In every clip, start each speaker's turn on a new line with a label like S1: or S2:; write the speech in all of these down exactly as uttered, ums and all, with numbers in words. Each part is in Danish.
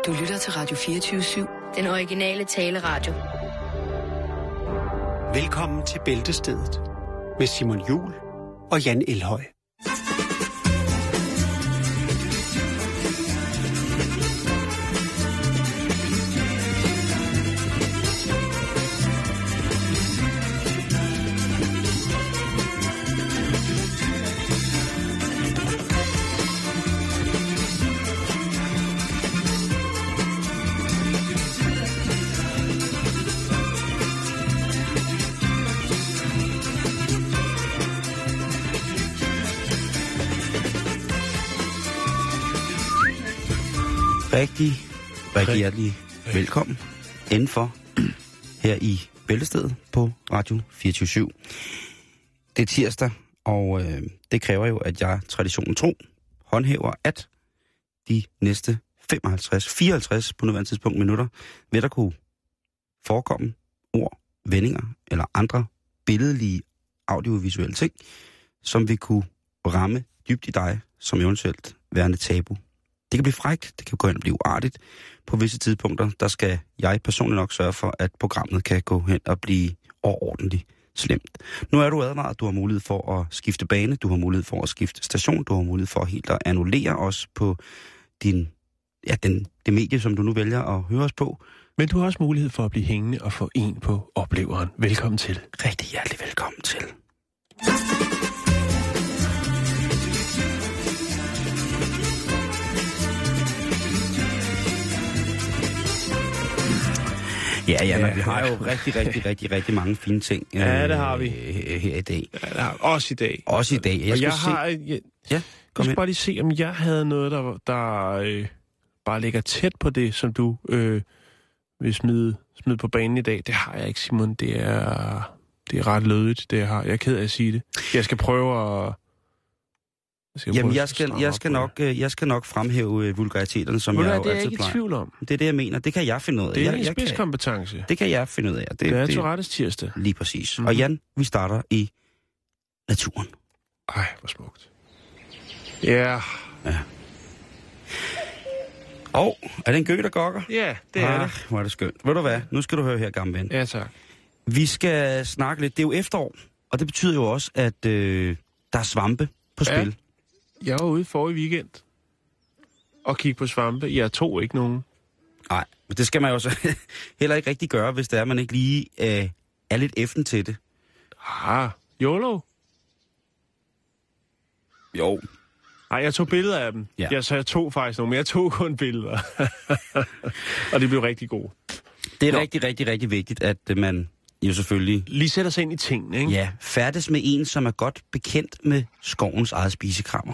S1: Du lytter til Radio fireogtyve syv.
S2: Den originale taleradio.
S3: Velkommen til Bæltestedet med Simon Juhl og Jan Elhøj.
S4: Rigtig, rigtig hjertelig velkommen indenfor her i Bæltestedet på Radio fireogtyve syv. Det er tirsdag, og øh, det kræver jo, at jeg traditionen tro håndhæver, at de næste femoghalvtreds, fireoghalvtreds på nuværende tidspunkt minutter vil der kunne forekomme ord, vendinger eller andre billedlige audiovisuelle ting, som vil kunne ramme dybt i dig som eventuelt værende tabu. Det kan blive frækt, det kan gå hen og blive uartigt. På visse tidspunkter, der skal jeg personligt nok sørge for, at programmet kan gå hen og blive overordentligt slemt. Nu er du advaret, du har mulighed for at skifte bane, du har mulighed for at skifte station, du har mulighed for helt at annullere os på din, ja, den, det medie, som du nu vælger at høre os på.
S5: Men du har også mulighed for at blive hængende og få en på opleveren. Velkommen til.
S4: Rigtig hjertelig velkommen til. Ja, ja, men vi har jo rigtig, rigtig, rigtig, rigtig mange fine ting.
S5: Ja, det har vi.
S4: Øh, her i dag.
S5: Ja, det har vi. Også i dag.
S4: Også i dag. Jeg
S5: og jeg
S4: se...
S5: har... Jeg,
S4: ja,
S5: jeg skal
S4: hen.
S5: bare lige se, om jeg havde noget, der, der øh, bare ligger tæt på det, som du øh, vil smide, smide på banen i dag. Det har jeg ikke, Simon. Det er, det er ret lødigt, det jeg har. Jeg er ked af at sige det. Jeg skal prøve at... Jeg skal
S4: Jamen, jeg skal, jeg, skal nok, jeg skal nok fremhæve vulgariteterne, som jeg jo altid plejer.
S5: Det er jeg ikke i tvivl om.
S4: Det er det, jeg mener. Det kan jeg finde ud af.
S5: Det er
S4: jeg,
S5: en
S4: jeg
S5: spidskompetence.
S4: Kan, det kan jeg finde ud af. Det,
S5: det er
S4: det,
S5: Tourettes tirsdag.
S4: Lige præcis.
S5: Mm-hmm.
S4: Og Jan, vi starter i naturen.
S5: Ej, hvor smukt. Yeah.
S4: Ja. Og er det en gø, der gokker?
S5: Ja, det er
S4: ah,
S5: det.
S4: Hvor er det skønt. Ved du hvad? Nu skal du høre her, gamle ven.
S5: Ja, tak.
S4: Vi skal snakke lidt. Det er jo efterår, og det betyder jo også, at øh, der er svampe på spil.
S5: Ja. Jeg var ude forrige weekend og kigge på svampe. Jeg tog ikke nogen.
S4: Nej, men det skal man jo så heller ikke rigtig gøre, hvis det er, man ikke lige øh, er lidt effen til det.
S5: Ah, YOLO?
S4: Jo.
S5: Nej, jeg tog billeder af dem.
S4: Ja.
S5: Jeg, så jeg tog faktisk nogle, men jeg tog kun billeder. Og det blev rigtig gode.
S4: Det er
S5: Nå.
S4: rigtig, rigtig, rigtig vigtigt, at øh, man jo selvfølgelig...
S5: Lige sætter sig ind i tingene, ikke?
S4: Ja, færdes med en, som er godt bekendt med skovens eget spisekrammer.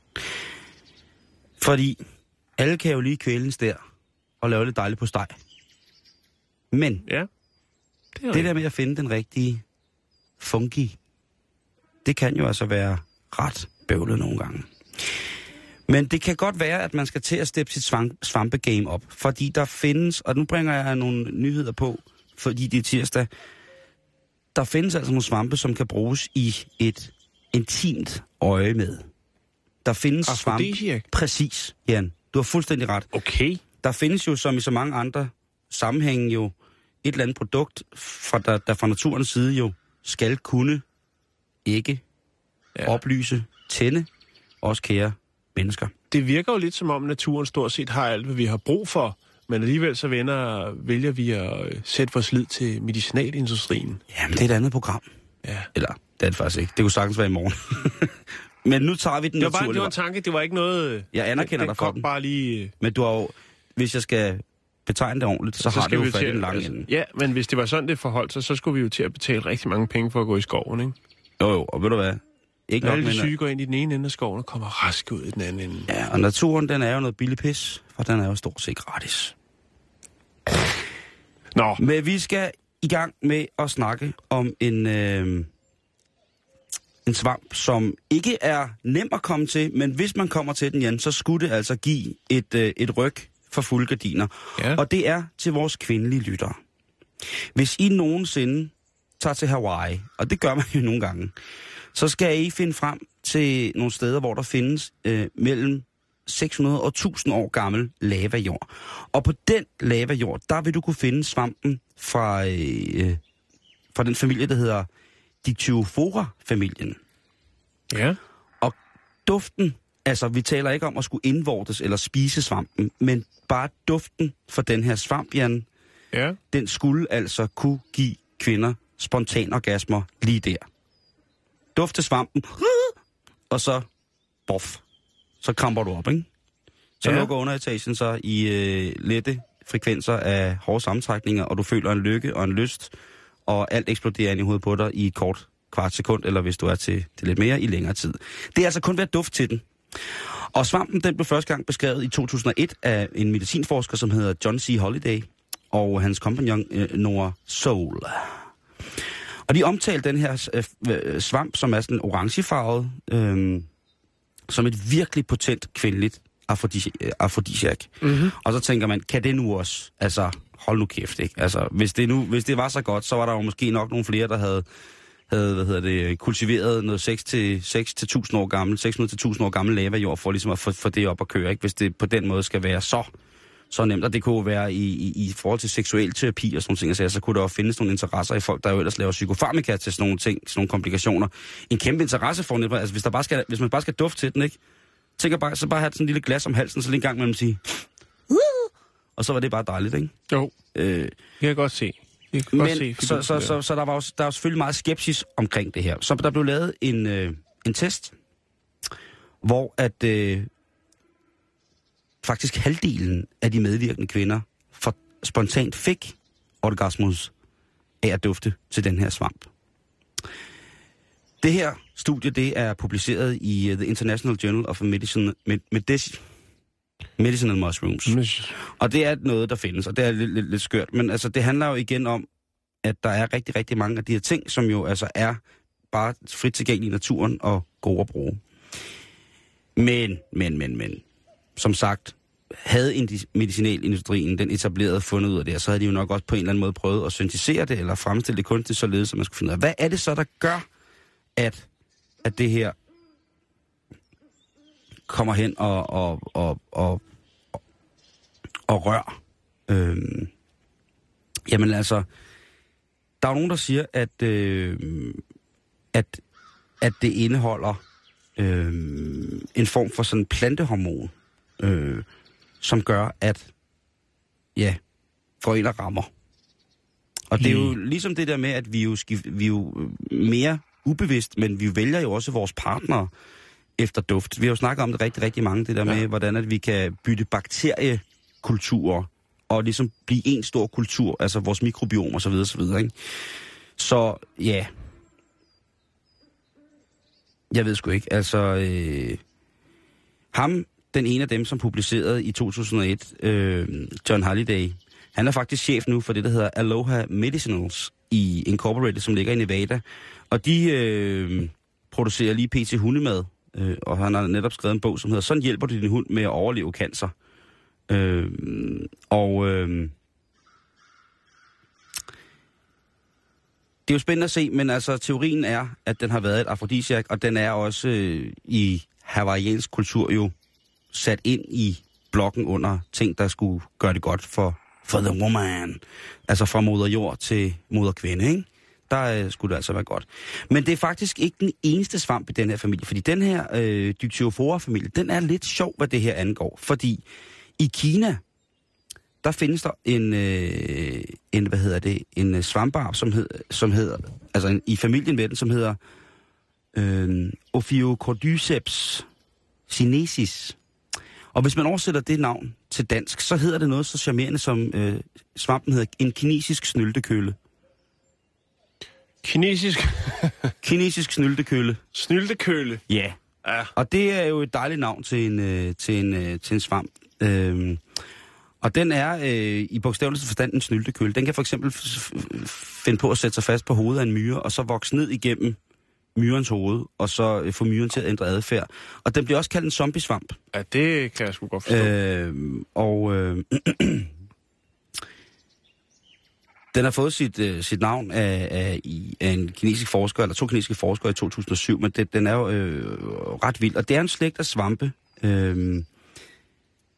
S4: Fordi alle kan jo lige kvæles der og lave lidt dejligt på steg. Men
S5: Ja. Det,
S4: det der med at finde den rigtige fungi, det kan jo altså være ret bøvlet nogle gange. Men det kan godt være, at man skal til at steppe sit svampegame op, fordi der findes, og nu bringer jeg nogle nyheder på, fordi det er tirsdag, der findes altså nogle svampe, som kan bruges i et intimt øje med. Der findes svampe... Præcis, Jan. Du har fuldstændig ret.
S5: Okay.
S4: Der findes jo, som i så mange andre sammenhænge, jo et eller andet produkt, fra der, der fra naturens side jo skal kunne ikke ja. oplyse, tænde, også kære mennesker.
S5: Det virker jo lidt som om naturen stort set har alt, hvad vi har brug for, men alligevel så vender, vælger vi at sætte vores lid til medicinalindustrien.
S4: Jamen, det er et andet program.
S5: Ja.
S4: Eller, det er det faktisk ikke. Det kunne sagtens være i morgen. Men nu tager vi den
S5: det var
S4: naturlige.
S5: Bare, det var en tanke, det var ikke noget...
S4: Jeg anerkender dig for den.
S5: Bare lige...
S4: Men du har jo, hvis jeg skal betegne det ordentligt, så, så har det jo fat i den lange ende.
S5: Ja, men hvis det var sådan, det forholdt sig, så skulle vi jo til at betale rigtig mange penge for at gå i skoven, ikke?
S4: Jo, jo, og ved du hvad? Ikke
S5: Når
S4: nok,
S5: alle de
S4: men...
S5: syge går ind i den ene ende af skoven og kommer rask ud i den anden ende.
S4: Ja, og naturen, den er jo noget billig pis, for den er jo stort set gratis.
S5: Nå.
S4: Men vi skal i gang med at snakke om en, øh, en svamp, som ikke er nem at komme til, men hvis man kommer til den, Jan, så skulle det altså give et, øh, et ryg for fulde gardiner.
S5: Ja.
S4: Og det er til vores kvindelige lyttere. Hvis I nogensinde tager til Hawaii, og det gør man jo nogle gange, så skal I finde frem til nogle steder, hvor der findes øh, mellem seks hundrede og tusind år gammel lavajord. Og på den lavajord, der vil du kunne finde svampen fra, øh, fra den familie, der hedder Dictyofora-familien.
S5: Ja.
S4: Og duften, altså vi taler ikke om at skulle indvortes eller spise svampen, men bare duften for den her svamp, Jan,
S5: Ja.
S4: den skulle altså kunne give kvinder spontanorgasmer lige der. Dufte svampen, og så bof. Så kramper du op, ikke? Så
S5: Ja.
S4: lukker underetagen så i øh, lette frekvenser af hårde sammentrækninger, og du føler en lykke og en lyst, og alt eksploderer ind i hovedet på dig i et kort kvart sekund, eller hvis du er til, til lidt mere i længere tid. Det er altså kun ved at dufte til den. Og svampen, den blev første gang beskrevet i to tusind og et af en medicinforsker, som hedder John C. Holliday, og hans kompagnon øh, Nora Soul. Og de omtalte den her øh, svamp, som er sådan orangefarvet, øh, som et virkelig potent kvindeligt afrodisi- afrodisiak. Mm-hmm. Og så tænker man, kan det nu også? Altså, hold nu kæft, ikke? Altså, hvis det, nu, hvis det var så godt, så var der jo måske nok nogle flere, der havde, havde hvad hedder det, kultiveret noget seks til tusind år gammel, seks hundrede til tusind år gammel lavajord, for ligesom at få, få det op at køre, ikke? Hvis det på den måde skal være så, så nemt. Og det kunne være i, i, i forhold til seksuel terapi og sådan nogle ting, så, så kunne der også findes nogle interesser i folk, der jo ellers laver psykofarmika til sådan nogle ting, sådan nogle komplikationer. En kæmpe interesse for det, altså hvis, der bare skal, hvis man bare skal dufte til den, ikke? Tænker bare, så bare have sådan en lille glas om halsen, så lige en gang mellem sige, og så var det bare dejligt, ikke?
S5: Jo,
S4: øh,
S5: det kan jeg godt se. Jeg kan
S4: men
S5: godt se,
S4: så, så, så, så der var også, der var selvfølgelig meget skepsis omkring det her. Så der blev lavet en, øh, en test, hvor at øh, faktisk halvdelen af de medvirkende kvinder for, spontant fik orgasmus af at dufte til den her svamp. Det her studie, det er publiceret i uh, The International Journal of Medicine, med, Medici, Medicinal Mushrooms.
S5: Yes.
S4: Og det er noget, der findes, og det er lidt, lidt, lidt skørt. Men altså, det handler jo igen om, at der er rigtig, rigtig mange af de her ting, som jo altså er bare frit tilgængelige i naturen og gode at bruge. Men, men, men, men, som sagt, havde medicinalindustrien den etablerede fundet ud af det, så havde de jo nok også på en eller anden måde prøvet at syntetisere det, eller fremstille det kunstigt således, så man skulle finde ud af, hvad er det så, der gør, at, at det her kommer hen og, og, og, og, og, og rør. Øhm, jamen altså, der er jo nogen, der siger, at, øh, at, at det indeholder øh, en form for sådan plantehormon, øh, som gør, at ja, får en der rammer. Og det er jo ligesom det der med, at vi jo, skift, vi er jo mere ubevidst, men vi vælger jo også vores partnere efter duft. Vi har jo snakket om det rigtig, rigtig mange, det der ja. med, hvordan at vi kan bytte bakteriekulturer og ligesom blive en stor kultur, altså vores mikrobiom og så videre, så videre, ikke? Så ja, jeg ved sgu ikke, altså øh, ham, den ene af dem, som publicerede i to tusind og et, øh, John Halliday, han er faktisk chef nu for det, der hedder Aloha Medicinals i Incorporated, som ligger i Nevada. Og de øh, producerer lige pt. Hundemad, øh, og han har netop skrevet en bog, som hedder Sådan hjælper du din hund med at overleve cancer. Øh, og øh, det er jo spændende at se, men altså teorien er, at den har været et afrodisiak, og den er også øh, i hawaiiansk kultur jo sat ind i blokken under ting, der skulle gøre det godt for, for the woman. Altså fra moder jord til moder kvinde, ikke? Der øh, skulle det altså være godt. Men det er faktisk ikke den eneste svamp i den her familie, fordi den her øh, Dictyofora-familie, den er lidt sjov, hvad det her angår. Fordi i Kina, der findes der en, øh, en hvad hedder det, en øh, svampeart, som, hed, som hedder, altså en, i familien med den, som hedder øh, Ophiocordyceps sinensis. Og hvis man oversætter det navn til dansk, så hedder det noget så charmerende som øh, svampen hedder en kinesisk snyltekølle.
S5: Kinesisk?
S4: Kinesisk snyltekølle.
S5: Snyltekølle?
S4: Ja.
S5: Ja.
S4: Og det er jo et dejligt navn til en, øh, til en, øh, til en svamp. Øhm, og den er øh, i bogstaveligste forstand en snyltekølle. Den kan for eksempel f- f- finde på at sætte sig fast på hovedet af en myre, og så vokse ned igennem myrens hoved, og så øh, få myren til at ændre adfærd. Og den bliver også kaldt en zombiesvamp.
S5: Ja, det kan jeg sgu godt forstå.
S4: Øh, og øh, den har fået sit, øh, sit navn af, af, af en kinesisk forsker, eller to kinesiske forskere i to tusind og syv, men det, den er jo øh, ret vild. Og det er en slægt af svampe, øh,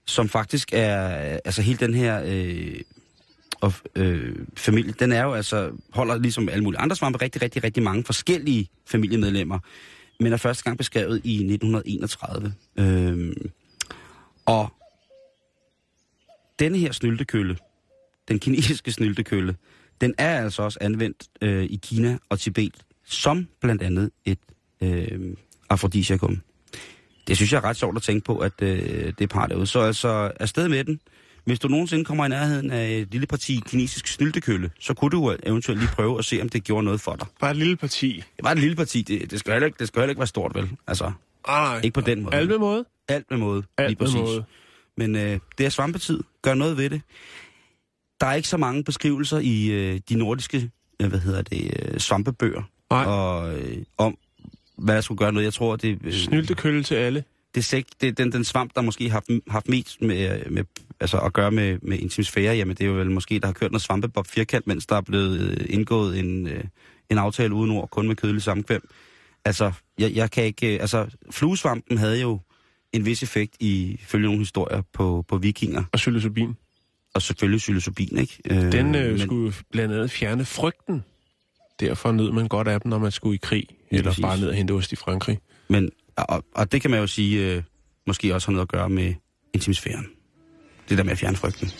S4: som faktisk er, altså hele den her øh, og, øh, familie, den er jo altså, holder ligesom alle mulige andre svampe, rigtig, rigtig, rigtig mange forskellige familiemedlemmer, men er første gang beskrevet i nitten enogtredive. Øh, og denne her snyltekølle, den kinesiske snyltekølle, den er altså også anvendt øh, i Kina og Tibet, som blandt andet et øh, afrodisiakum. Det synes jeg er ret sjovt at tænke på, at øh, det er par derude. Så altså, afsted med den. Hvis du nogensinde kommer i nærheden af et lille parti kinesisk snyltekølle, så kunne du eventuelt lige prøve at se, om det gjorde noget for dig.
S5: Bare et lille parti?
S4: Det var et lille parti. Det, det skal heller ikke, det skal heller ikke være stort, vel? Altså,
S5: Ej,
S4: ikke på den måde.
S5: Alt med måde?
S4: Alt med måde,
S5: alt
S4: lige præcis.
S5: Med måde.
S4: Men øh, det er svampetid. Gør noget ved det. Der er ikke så mange beskrivelser i øh, de nordiske, øh, hvad hedder det, øh, svampebøger.
S5: Nej.
S4: Og øh, om, hvad der skulle gøre noget. Jeg tror, det... Øh,
S5: snyltekølle til alle.
S4: Det er sæk, det, den, den svamp, der måske har haft, haft mest med, med, altså at gøre med, med intimsfære, jamen det er jo vel måske, der har kørt noget svampebob firkant, mens der er blevet øh, indgået en, øh, en aftale uden ord, kun med kødelig sammenkvem. Altså, jeg, jeg kan ikke... Øh, altså, fluesvampen havde jo en vis effekt i følge nogle historier på, på vikinger.
S5: Og psilocybin.
S4: Og selvfølgelig psilocybin, ikke? Øh,
S5: den øh,
S4: men,
S5: skulle blandt andet fjerne frygten. Derfor nød man godt af dem, når man skulle i krig, eller præcis. Bare ned og hente ost i Frankrig.
S4: Men, og, og det kan man jo sige, øh, måske også har noget at gøre med intimsfæren. Det der med at fjerne frygten.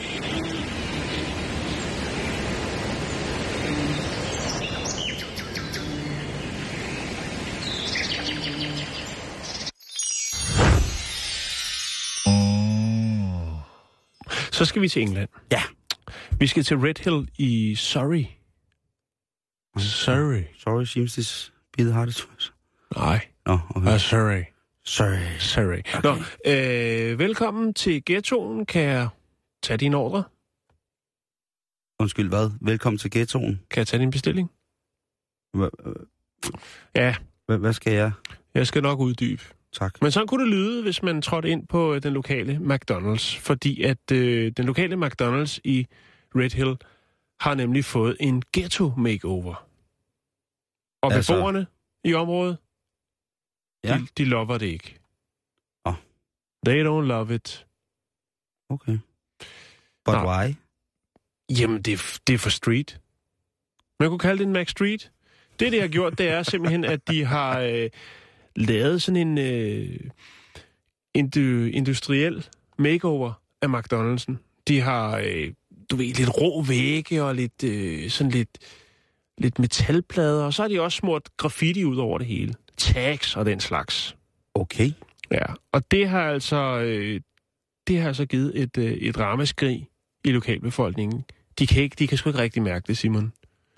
S5: Så skal vi til England.
S4: Ja.
S5: Vi skal til Red Hill i Surrey. Surrey.
S4: Sorry, seems this be the hardest choice.
S5: Nej.
S4: Nå, okay.
S5: Uh, Surrey.
S4: Surrey.
S5: Surrey. Okay. Nå, øh, velkommen til ghettoen. Kan jeg tage din ordre?
S4: Undskyld, hvad? Velkommen til ghettoen.
S5: Kan jeg tage din bestilling?
S4: Hva,
S5: ja.
S4: Hvad, hvad skal jeg?
S5: Jeg skal nok uddybe.
S4: Tak.
S5: Men sådan kunne det lyde, hvis man trådte ind på den lokale McDonald's, fordi at øh, den lokale McDonald's i Red Hill har nemlig fået en ghetto-makeover. Og altså... beboerne i området, ja. de, de lover det ikke.
S4: Oh.
S5: They don't love it.
S4: Okay. But
S5: Nå.
S4: why?
S5: Jamen, det er, det er for street. Man kunne kalde det en Mac Street. Det, de har gjort, det er simpelthen, at de har... Øh, lavet sådan en øh, indu- industriel makeover af McDonald's'en. De har, øh, du ved, lidt rå vægge og lidt, øh, sådan lidt, lidt metalplader, og så har de også smurt graffiti ud over det hele. Tags og den slags.
S4: Okay.
S5: Ja, og det har altså, øh, det har altså givet et, øh, et ramaskrig i lokalbefolkningen. De kan, ikke, de kan sgu ikke rigtig mærke det, Simon.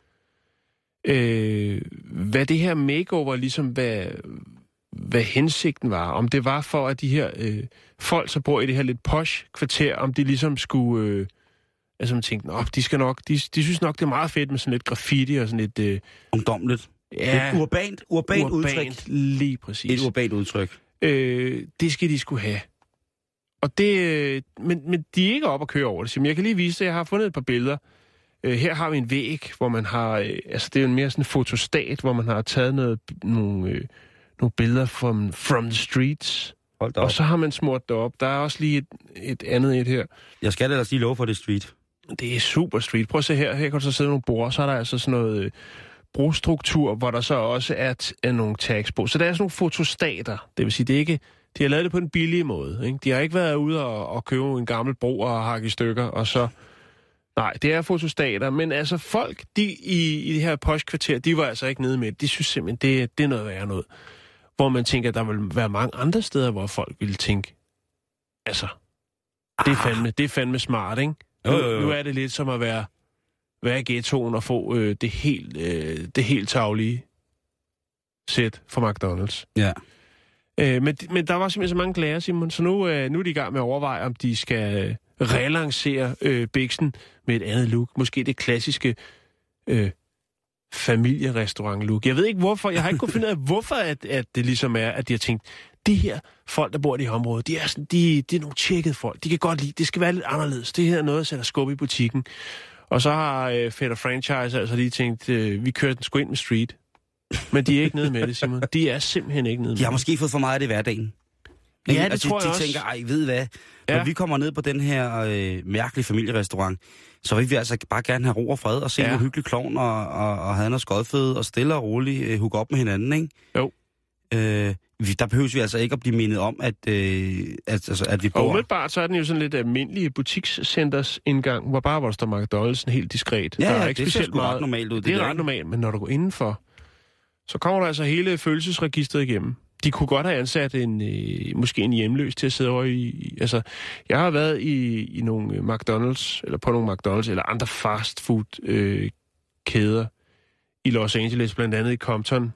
S5: Øh, hvad det her makeover ligesom, hvad... hvad hensigten var. Om det var for, at de her øh, folk, der bor i det her lidt posh kvarter, om de ligesom skulle... Øh, altså man tænkte, op, de skal nok... De, de synes nok, det er meget fedt med sådan lidt graffiti og sådan lidt... Øh,
S4: Ungdomligt.
S5: Ja.
S4: Et urbant, urbant, urbant udtryk.
S5: Lige præcis.
S4: Et urbant udtryk.
S5: Øh, det skal de skulle have. Og det... Øh, men, men de er ikke op at køre over det. Så jeg kan lige vise det. Jeg har fundet et par billeder. Øh, her har vi en væg, hvor man har... Øh, altså det er en mere sådan en fotostat, hvor man har taget noget... Nogle, øh, nogle billeder from, from the streets.
S4: Hold da op.
S5: Og så har man smurt det op. Der er også lige et, et andet et her.
S4: Jeg skal ellers lige love for det street.
S5: Det er super street. Prøv at se her. Her kan du så sidde nogle bord. Så er der altså sådan noget øh, brostruktur, hvor der så også er, t- er nogle tags på. Så der er sådan nogle fotostater. Det vil sige, det er ikke... De har lavet det på en billig måde. Ikke? De har ikke været ude og, og købe en gammel bro og hakke i stykker, og så... Nej, det er fotostater, men altså folk de, i, i det her posh-kvarter, de var altså ikke nede med det. De synes simpelthen, det, det er noget værre noget. Hvor man tænker, at der vil være mange andre steder, hvor folk ville tænke, altså, det er fandme, det er fandme smart, ikke? Nu,
S4: jo, jo, jo.
S5: nu er det lidt som at være, være i ghettoen og få øh, det helt, øh, det helt taglige sæt for McDonald's.
S4: Ja.
S5: Øh, men, men der var simpelthen så mange klager, Simon, så nu, øh, nu er de i gang med at overveje, om de skal øh, relancere øh, Bixen med et andet look. Måske det klassiske øh, familierestaurant-look. Jeg ved ikke hvorfor, jeg har ikke kunnet finde ud af, hvorfor at, at det ligesom er, at de har tænkt, de her folk, der bor i det her område, de er, sådan, de, de er nogle tjekkede folk. De kan godt lide, det skal være lidt anderledes. Det her er noget, der sætter skub i butikken. Og så har øh, Fætter Franchise altså lige tænkt, øh, vi kører den sgu ind med street. Men de er ikke nede med det, Simon. De er simpelthen ikke nede med det.
S4: De har måske fået for meget af det i hverdagen.
S5: Ja, det
S4: altså,
S5: tror
S4: de,
S5: jeg
S4: de
S5: også.
S4: tænker, ej, ved I hvad?
S5: Ja.
S4: Når vi kommer ned på den her øh, mærkelige familierestaurant, så vil vi altså bare gerne have ro og fred og se
S5: Ja.
S4: nogle hyggelige klovn og, og, og have noget skodføde og stille og roligt øh, hooke op med hinanden, ikke?
S5: Jo.
S4: Øh, vi, der behøver vi altså ikke at blive mindet om, at, øh, at, altså, at vi
S5: Og
S4: bor...
S5: umiddelbart, så er den jo sådan lidt almindelig butikscenters indgang, hvor bare hvor der står McDonald's helt diskret.
S4: Ja,
S5: der er
S4: ja,
S5: ikke
S4: det ser
S5: specielt
S4: sgu
S5: meget.
S4: ret normalt ud.
S5: Det, det er
S4: der,
S5: ret
S4: ikke?
S5: normalt, men når du går indenfor, så kommer der altså hele følelsesregistret igennem. De kunne godt have ansat en, øh, måske en hjemløs til at sidde over i, i... Altså, jeg har været i, i nogle McDonald's, eller på nogle McDonald's, eller andre fast food øh, kæder i Los Angeles, blandt andet i Compton.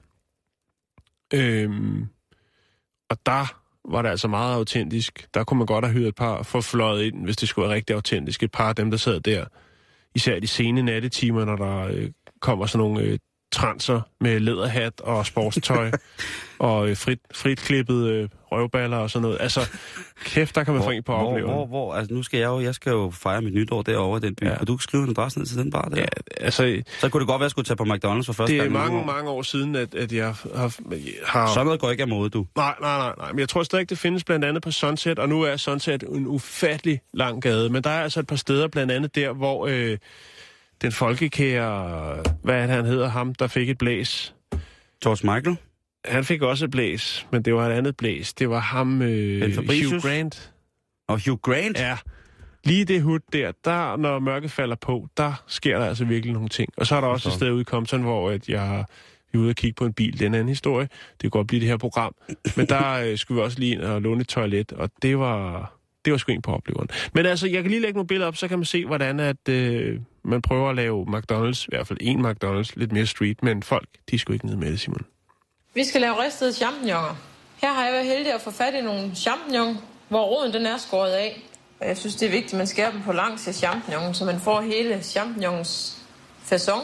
S5: Øhm, og der var det altså meget autentisk. Der kunne man godt have hyret et par for fløjet ind, hvis det skulle være rigtig autentisk. Et par af dem, der sad der, især de sene nattetimer, når der øh, kommer sådan nogle øh, transer med læderhat og sportstøj og øh, frit, fritklippet øh, røvballer og sådan noget. Altså, kæft, der kan man få en på
S4: hvor,
S5: oplevelsen.
S4: hvor, hvor, altså nu skal jeg jo, jeg skal jo fejre mit nytår derovre i den by.
S5: Ja.
S4: Kan du ikke skrive en adresse ned til den bar der?
S5: Ja, altså,
S4: Så kunne det godt være, at jeg skulle tage på McDonald's for første
S5: det er
S4: gang.
S5: mange, mange år siden, at, at jeg har... har
S4: Sådan noget går ikke af mode, du.
S5: Nej, nej, nej, nej. Men jeg tror stadig, det findes blandt andet på Sunset, og nu er Sunset en ufattelig lang gade. Men der er altså et par steder, blandt andet der, hvor øh, den folkekære... Hvad er det, han hedder? Ham, der fik et blæs.
S4: George Michael?
S5: Han fik også et blæs, men det var et andet blæs. Det var ham, øh, Hugh Grant.
S4: Og Hugh Grant?
S5: Ja. Lige det hud der, der, når mørket falder på, der sker der altså virkelig nogle ting. Og så er der også et sted ude i Compton, hvor at jeg... Vi er ude og kigge på en bil. Det er en anden historie. Det kan godt blive det her program. Men der øh, skulle vi også lige ind og låne et toilet, og det var, det var sgu en på opleveren. Men altså, jeg kan lige lægge nogle billeder op, så kan man se, hvordan at, øh, man prøver at lave McDonald's, i hvert fald en McDonald's, lidt mere street, men folk, de skulle ikke ned med det, Simon.
S6: Vi skal lave ristede champignoner. Her har jeg været heldig at få fat i nogle champignon, hvor roden den er skåret af. Og jeg synes, det er vigtigt, at man skærer dem på langs af champignon, så man får hele champignons facon.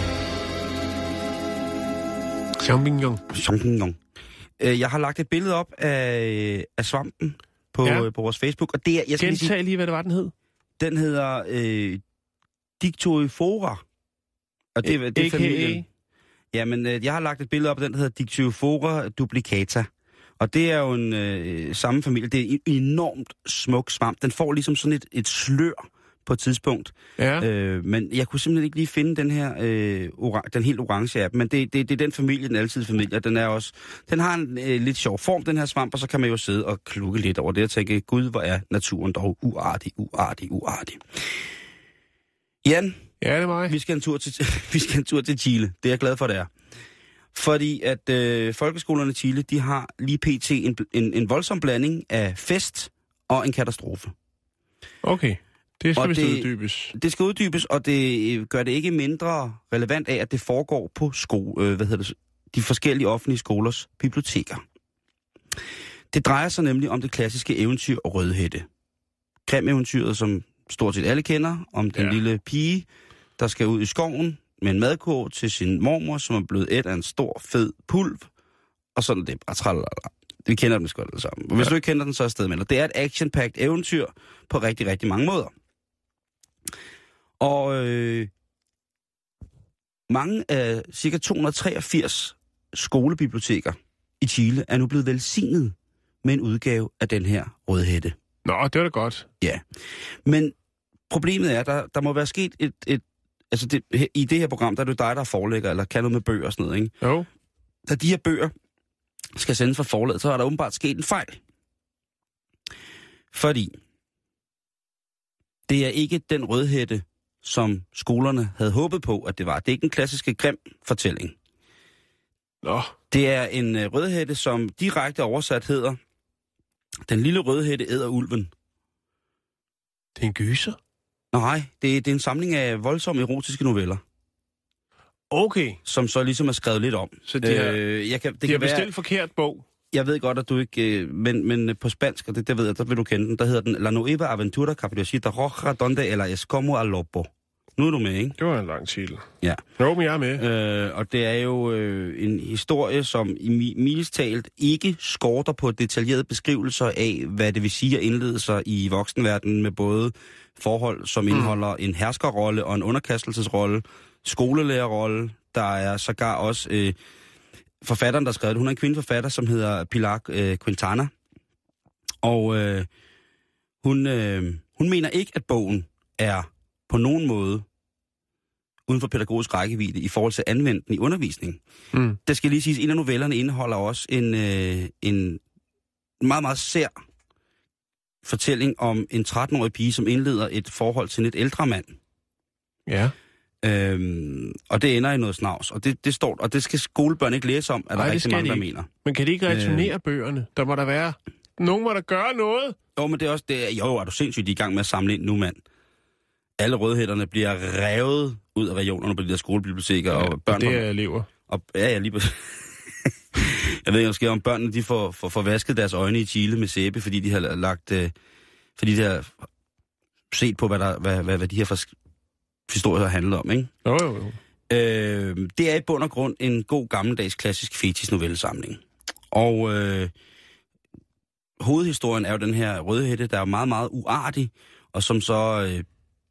S5: Champignon.
S4: Champignon. Jeg har lagt et billede op af, af svampen på,
S5: Ja.
S4: på vores Facebook, og det er... Jeg skal lige
S5: Gentag
S4: sige,
S5: lige, hvad det var, den hed.
S4: den hedder øh, Dictyophora. Og det, det er
S5: A K A?
S4: familien. Jamen, øh, jeg har lagt et billede op, den hedder Dictyophora duplicata. Og det er jo en øh, samme familie. Det er en enormt smuk svamp. Den får ligesom sådan et, et slør på et tidspunkt.
S5: Ja.
S4: Øh, men jeg kunne simpelthen ikke lige finde den her, øh, ora- den helt orange af dem. Men det, det, det er den familie, den altid familie. Den er også, den har en øh, lidt sjov form, den her svamp, og så kan man jo sidde og klukke lidt over det og tænke, gud, hvor er naturen dog uartig, uartig, uartig. Jan,
S5: Ja, det er mig.
S4: vi skal en tur til, vi skal en tur til Chile. Det er jeg glad for, det er. Fordi at øh, folkeskolerne i Chile, de har lige pt. En, en, en voldsom blanding af fest og en katastrofe.
S5: Okay, det skal
S4: Og
S5: vist
S4: det-
S5: uddybes.
S4: Det skal uddybes, og det øh, gør det ikke mindre relevant af, at det foregår på sko, øh, hvad hedder det, de forskellige offentlige skolers biblioteker. Det drejer sig nemlig om det klassiske eventyr Rødhætte. Grim-eventyret, som stort set alle kender, om den
S5: Ja.
S4: ja. lille pige, der skal ud i skoven med en madkurv til sin mormor, som er blevet et af en stor, fed pulv. Og sådan er det bare tralala. Vi kender dem sgu alle sammen. Hvis
S5: Ja.
S4: du ikke kender den, så er afsted med dig. Det er et action-packed eventyr på rigtig, rigtig mange måder. Og øh, mange af cirka to hundrede og treogfirs skolebiblioteker i Chile er nu blevet velsignet med en udgave af den her Rødhætte.
S5: Nå, det var da godt.
S4: Ja. Men problemet er, der, der må være sket et... et altså det, i det her program, der er det dig, der er forlægger, eller kan noget med bøger og sådan noget, ikke?
S5: Jo.
S4: Da de her bøger skal sendes fra forlaget, så er der åbenbart sket en fejl. Fordi det er ikke den Rødhætte, som skolerne havde håbet på, at det var. Det er ikke den klassiske Grim-fortælling.
S5: Nå,
S4: Det er en øh, Rødhætte, som direkte oversat hedder Den lille Rødhætte æder ulven.
S5: det er en gyser.
S4: Nej, det, det er en samling af voldsomme erotiske noveller,
S5: Okay,
S4: som så ligesom er skrevet lidt om.
S5: så de har,
S4: Øh, jeg kan, det
S5: de
S4: kan
S5: har
S4: være,
S5: bestilt forkert bog.
S4: jeg ved godt, at du ikke... Øh, men, men på spansk, og det, det ved jeg, der vil du kende den, der hedder den La Nueva Aventura Caperucita Roja Donde eller Escomo al Lobo. Nu er du med, ikke?
S5: Det var en lang titel.
S4: Ja.
S5: Jo, men jeg er med.
S4: Øh, og det er jo øh, en historie, som i mi- mildest talt ikke skorter på detaljerede beskrivelser af, hvad det vil sige at indlede sig i voksenverdenen med både forhold, som indeholder en herskerrolle og en underkastelsesrolle, skolelærerrolle. Der er sågar også øh, forfatteren, der skrev det. Hun er en kvindeforfatter, som hedder Pilar øh, Quintana. Og øh, hun, øh, hun mener ikke, at bogen er på nogen måde uden for pædagogisk rækkevidde i forhold til at anvende den i undervisning.
S5: Mm.
S4: Der skal lige siges, at en af novellerne indeholder også en, øh, en meget, meget sær fortælling om en tretten-årig pige, som indleder et forhold til en lidt ældre mand.
S5: Ja.
S4: Øhm, og det ender i noget snavs, og det, det står, og det skal skolebørn ikke læse om, at
S5: Ej,
S4: der er rigtig mange, der
S5: ikke.
S4: mener.
S5: Men kan de ikke returnere øh... bøgerne? Der må der være... Nogen må der gøre noget.
S4: Jo, men det er også... Det er, jo, er du sindssygt, de er i gang med at samle ind nu, mand. Alle rødhætterne bliver revet ud af regionerne på de der skolebiblioteker, ja, og børn...
S5: det er elever.
S4: Og, ja, ja, lige på... Jeg ved ikke, måske om børnene, de får, får, får vasket deres øjne i Chile med sæbe, fordi de har lagt... Øh, fordi de har set på, hvad, der, hvad, hvad, hvad de her fors- historier handler om, ikke?
S5: Jo, jo, jo.
S4: Øh, det er i bund og grund en god gammeldags klassisk fetis-novellesamling. Og øh, hovedhistorien er jo den her rødhætte, der er meget, meget uartig, og som så... Øh,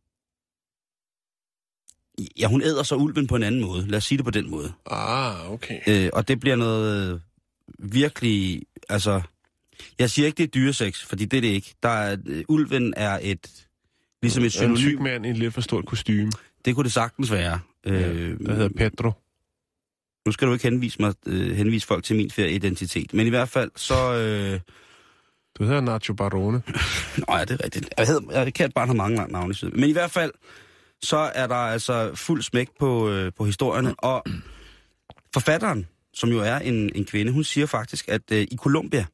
S4: ja, hun æder så ulven på en anden måde. Lad os sige det på den måde.
S5: Ah, okay.
S4: Øh, og det bliver noget virkelig... Altså, jeg siger ikke, det er dyresex, fordi det er det ikke. Der er, øh, ulven er et... Ligesom et synonym.
S5: En syg mand i et lidt for stort kostume.
S4: Det kunne det sagtens være.
S5: Ja, der hedder Pedro.
S4: Nu skal du ikke henvise, mig, øh, henvise folk til min identitet. Men i hvert fald, så... Øh...
S5: Du hedder Nacho Barone.
S4: Nå ja, det er rigtigt. Jeg, hedder, jeg kan bare have mange navne i siden. Men i hvert fald, så er der altså fuld smæk på, øh, på historierne. Og forfatteren, som jo er en, en kvinde, hun siger faktisk, at øh, i Colombia,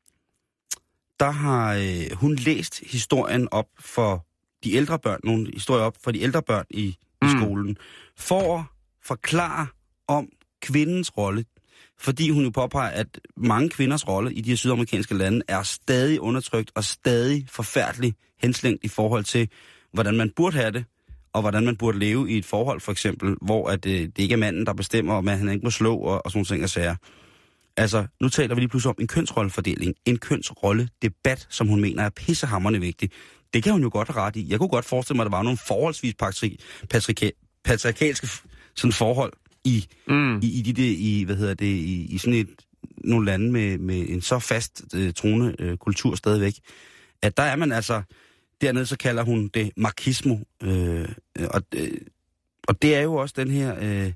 S4: der har øh, hun læst historien op for de ældre børn, nogle historier op for de ældre børn i, i
S5: mm.
S4: skolen, for at forklare om kvindens rolle. Fordi hun jo påpeger, at mange kvinders rolle i de her sydamerikanske lande er stadig undertrykt og stadig forfærdeligt henslængt i forhold til, hvordan man burde have det, og hvordan man burde leve i et forhold, for eksempel, hvor at, øh, det ikke er manden, der bestemmer, og man han ikke må slå og, og sådan nogle ting og sager. Altså, nu taler vi lige pludselig om en kønsrollefordeling, en kønsrolledebat, som hun mener er pissehamrende vigtig. Det kan hun jo godt have ret i. Jeg kunne godt forestille mig, at der var nogle forholdsvis patri- patrika- patriarkalske sådan forhold i, mm. i, i, de, de, i, hvad hedder det, i, i sådan et, nogle lande med, med en så fast øh, troende øh, kultur stadigvæk, at der er man altså, dernede så kalder hun det marxismo, øh, og, øh, og det er jo også den her, øh,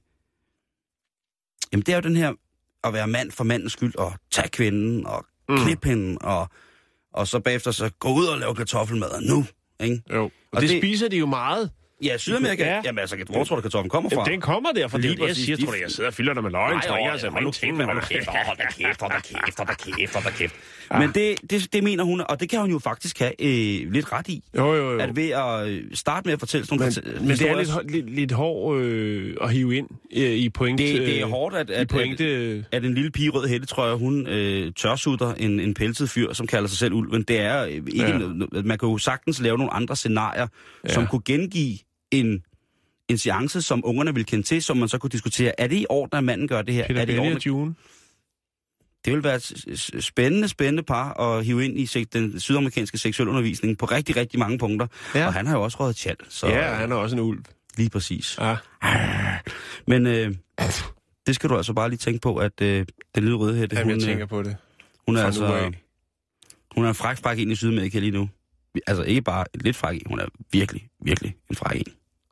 S4: jamen det er jo den her, at være mand for mandens skyld, og tage kvinden, og mm. knippe hende, og, og så bagefter så gå ud og lave kartoffelmad nu, ikke?
S5: Jo, og, og det, det spiser de jo meget.
S4: Ja, Sydamerika. Ja. Jamen altså, hvor tror du, kartoflen kommer fra?
S5: Jamen, den kommer der, for det er det, jeg siger.
S4: De...
S5: Tror du, jeg sidder og fylder dig med løgn? Nej, jo, altså,
S4: hold nu kæft, hold da kæft, hold da kæft, hold da kæft, hold da kæft, hold da kæft. Men det, det, det mener hun, og det kan hun jo faktisk have øh, lidt ret i.
S5: Jo, jo, jo.
S4: At ved at starte med at fortælle sådan nogle
S5: Men, men det er lidt, lidt, lidt hårdt øh, at hive ind øh, i pointe.
S4: Det, det er hårdt, at, at,
S5: pointe...
S4: at, at en lille pige rød hætte, tror jeg, hun øh, tørsutter en, en pelset fyr, som kalder sig selv ulven. Det er øh, ikke... Ja. Man kan jo sagtens lave nogle andre scenarier, ja. Som kunne gengive en... en seance, som ungerne vil kende til, som man så kunne diskutere. Er det i orden, at manden gør det her?
S5: Peter
S4: er det i orden?
S5: June?
S4: Det vil være et spændende, spændende par at hive ind i den sydamerikanske seksualundervisning på rigtig, rigtig mange punkter. Ja. Og han har jo også røget tjal. Så,
S5: ja, han er også en ulv.
S4: Lige præcis.
S5: Ja.
S4: Men øh, det skal du altså bare lige tænke på, at øh, den lille rødhætte...
S5: Jamen,
S4: hun,
S5: jeg tænker på det.
S4: Hun er altså... Hun er en fræk fræk ind i Sydamerika lige nu. Altså ikke bare en lidt fræk en, hun er virkelig, virkelig en fræk en.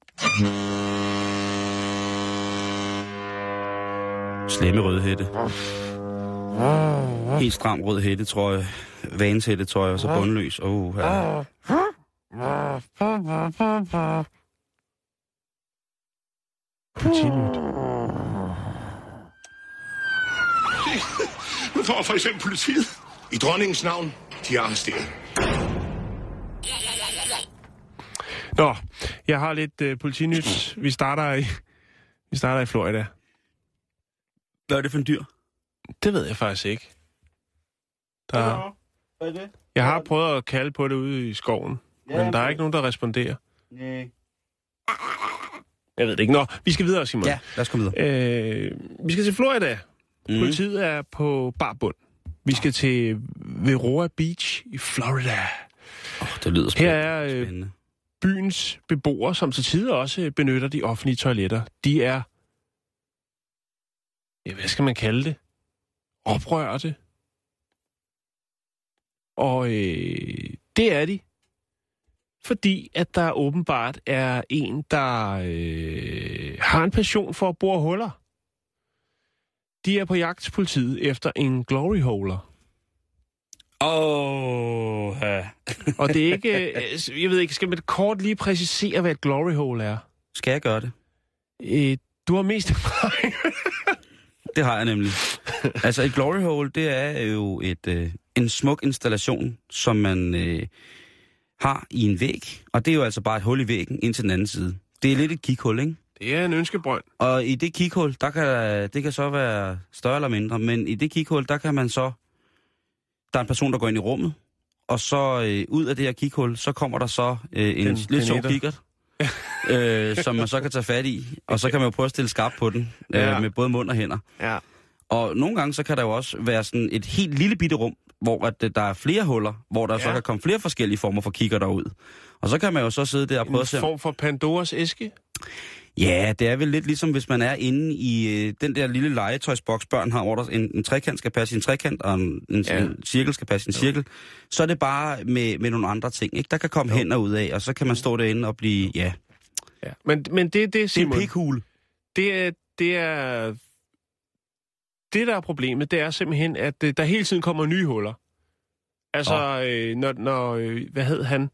S4: Slemme rødhætte. Helt stram rød hættetrøje. Vanshættetrøje og så bundløs. Åh, oh, ja.
S5: Politinyt.
S7: Nu får for eksempel politiet. I dronningens navn, de er arresteret.
S5: Nå, jeg har lidt uh, politinyt. Vi starter i, vi starter i Florida.
S4: Hvad er det for en dyr?
S5: Det ved jeg faktisk ikke. Der... Hvad er det? Jeg har prøvet at kalde på det ude i skoven, ja, men der er ikke nogen, der responderer.
S4: Nej.
S5: Jeg ved det ikke. Nå, vi skal videre, Simon.
S4: Ja, lad os komme
S5: videre. Øh, vi skal til Florida. Mm. Politiet er på bar bund. Vi skal til Veroa Beach i Florida.
S4: Oh, det lyder spændende.
S5: Her er øh, byens beboere, som til tider også benytter de offentlige toiletter. De er, ja, hvad skal man kalde det? Oprørte. Og øh, det er de, fordi at der åbenbart er en, der øh, har en passion for at bore huller. De er på jagt politiet efter en glory holer.
S4: Åh, oh, ja.
S5: Og det er ikke... Jeg ved ikke, skal man kort lige præcisere, hvad et glory hole er?
S4: Skal jeg gøre det?
S5: Øh, du har mest erfaring.
S4: Det har jeg nemlig. Altså et glory hole, det er jo et, øh, en smuk installation, som man øh, har i en væg. Og det er jo altså bare et hul i væggen ind til den anden side. Det er lidt et kighul, ikke?
S5: Det er en ønskebrønd.
S4: Og i det kighul, der kan, det kan så være større eller mindre, men i det kighul, der kan man så... Der er en person, der går ind i rummet, og så øh, ud af det her kighul, så kommer der så øh, en den, lidt sjov kikkert, øh, som man så kan tage fat i, og så kan man jo prøve at stille skarpt på den, øh, ja. med både mund og hænder.
S5: Ja.
S4: Og nogle gange, så kan der jo også være sådan et helt lille bitte rum, hvor at, der er flere huller, hvor der ja. så kan komme flere forskellige former for kikkerter ud. Og så kan man jo så sidde der og prøve at se...
S5: En form for Pandoras æske?
S4: Ja, det er vel lidt ligesom, hvis man er inde i øh, den der lille legetøjsboks, børn har, hvor der en, en trekant skal passe i en trekant, og en, en, ja. en cirkel skal passe i en jo. cirkel. Så er det bare med, med nogle andre ting, ikke? Der kan komme jo. hænder ud af, og så kan man stå derinde og blive, ja...
S5: ja. Men, men det, det, Simon,
S4: det er en pikhule.
S5: Det er, det er... Det, der er problemet, det er simpelthen, at der hele tiden kommer nye huller. Altså, oh. øh, når... når øh, hvad hed han...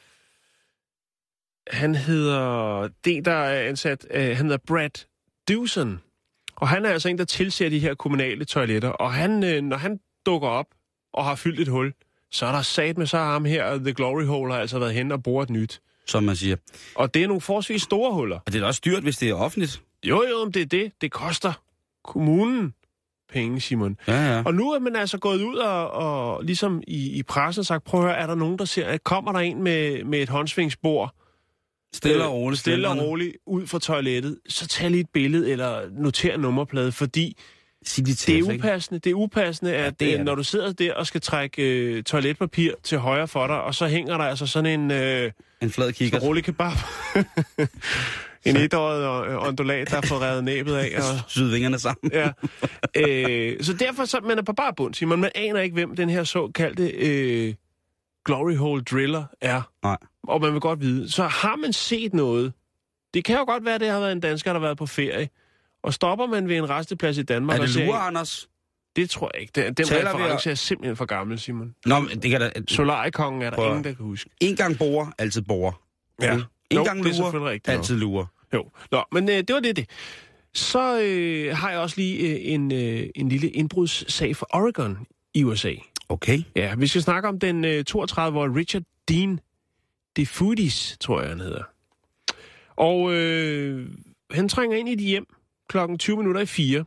S5: Han hedder, det der er ansat, øh, han hedder Brad Dawson. Og han er altså en, der tilser de her kommunale toiletter. Og han, øh, når han dukker op og har fyldt et hul, så er der sat med så ham her, The Glory Hole, har altså været hen og boret nyt.
S4: Som man siger.
S5: Og det er nogle forholdsvis store huller.
S4: Og det er da også dyrt, hvis det er offentligt.
S5: Jo, jo, det er det. Det koster kommunen penge, Simon.
S4: Ja, ja.
S5: Og nu er man altså gået ud og, og ligesom i, i pressen sagt, prøv at høre, er der nogen, der ser, at kommer der en med, med et håndsvingsbord,
S4: Stille og roligt.
S5: Stille og roligt ud fra toilettet. Så tag lige et billede eller noter nummerplade, fordi det er upassende. Det er upassende, at ja, det er når du sidder der og skal trække øh, toiletpapir til højre for dig, og så hænger der altså sådan en... Øh,
S4: en flad kikkert.
S5: En rullekebab. En etåret ondulat, der får revet næbet af. Og...
S4: Syde vingerne sammen.
S5: Ja. Øh, så derfor så man er på bare bund, Simon. Man aner ikke, hvem den her såkaldte øh, glory hole driller er.
S4: Nej.
S5: Og man vil godt vide, så har man set noget. Det kan jo godt være, at det har været en dansker, der har været på ferie. Og stopper man ved en resteplads i Danmark...
S4: Er det
S5: lure,
S4: Anders?
S5: Det tror jeg ikke. Den, den reference er simpelthen for gammel, Simon.
S4: Nå, men det kan da...
S5: Solariekongen er der Prøv. ingen, der kan huske.
S4: En gang borer, altid borer.
S5: Ja.
S4: En
S5: jo,
S4: gang lurer, altid lurer.
S5: Jo, Nå, men øh, det var det, det. Så øh, har jeg også lige øh, en, øh, en lille indbrudssag for Oregon i U S A.
S4: Okay.
S5: Ja, vi skal snakke om den øh, toogtredive-årige Richard Dean DeFutis, tror jeg, han hedder. Og øh, han trænger ind i et hjem klokken tyve minutter i fire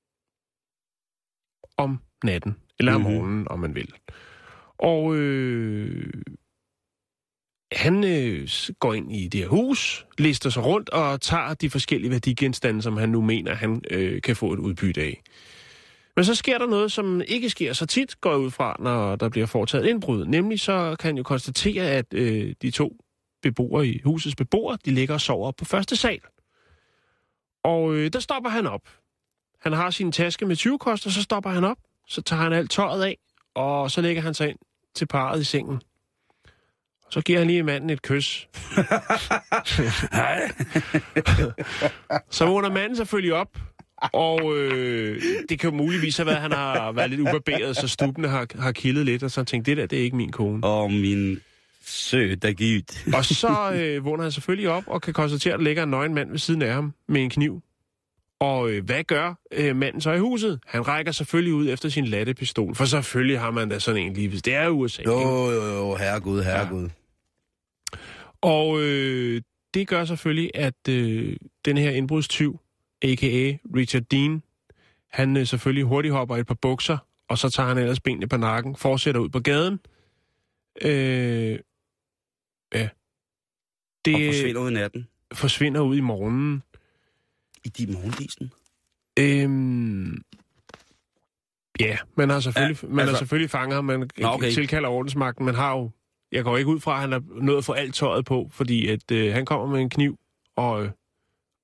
S5: om natten, eller om mm-hmm. morgenen, om man vil. Og øh, han øh, går ind i det her hus, lister sig rundt og tager de forskellige værdigenstande, som han nu mener, han øh, kan få et udbytte af. Men så sker der noget, som ikke sker så tit, går jeg ud fra, når der bliver foretaget indbrud. Nemlig så kan han jo konstatere, at øh, de to beboere i husets beboere, de ligger og sover på første sal. Og øh, der stopper han op. Han har sin taske med tyve koster, så stopper han op. Så tager han alt tøjet af, og så lægger han sig ind til parret i sengen. Så giver han lige manden et kys. Så vågner manden selvfølgelig op. Og øh, det kan jo muligvis have været, at han har været lidt ubarberet, så stubene har, har kildet lidt, og så tænkt, det der, det er ikke min kone.
S4: Åh, oh, min søde Gud.
S5: Og så øh, vågner han selvfølgelig op og kan konstatere, at der ligger en nøgen mand ved siden af ham med en kniv. Og øh, hvad gør øh, manden så i huset? Han rækker selvfølgelig ud efter sin lattepistol, for selvfølgelig har man da sådan en lige, hvis det er U S A.
S4: Jo, jo, jo, herregud, herregud. Ja.
S5: Og øh, det gør selvfølgelig, at øh, den her indbrudstyv, a k a. Richard Dean, han øh, selvfølgelig hurtigt hopper et par bukser, og så tager han ellers benene på nakken, fortsætter ud på gaden. Øh, ja.
S4: Det, og forsvinder ud i natten.
S5: Forsvinder ud i morgenen.
S4: I de morgendisen?
S5: Øhm, ja, man har selvfølgelig, ja, man altså, har selvfølgelig fanget ham, man okay. tilkalder ordensmagten, man har jo, jeg går ikke ud fra, at han er nået at få alt tøjet på, fordi at, øh, han kommer med en kniv og øh,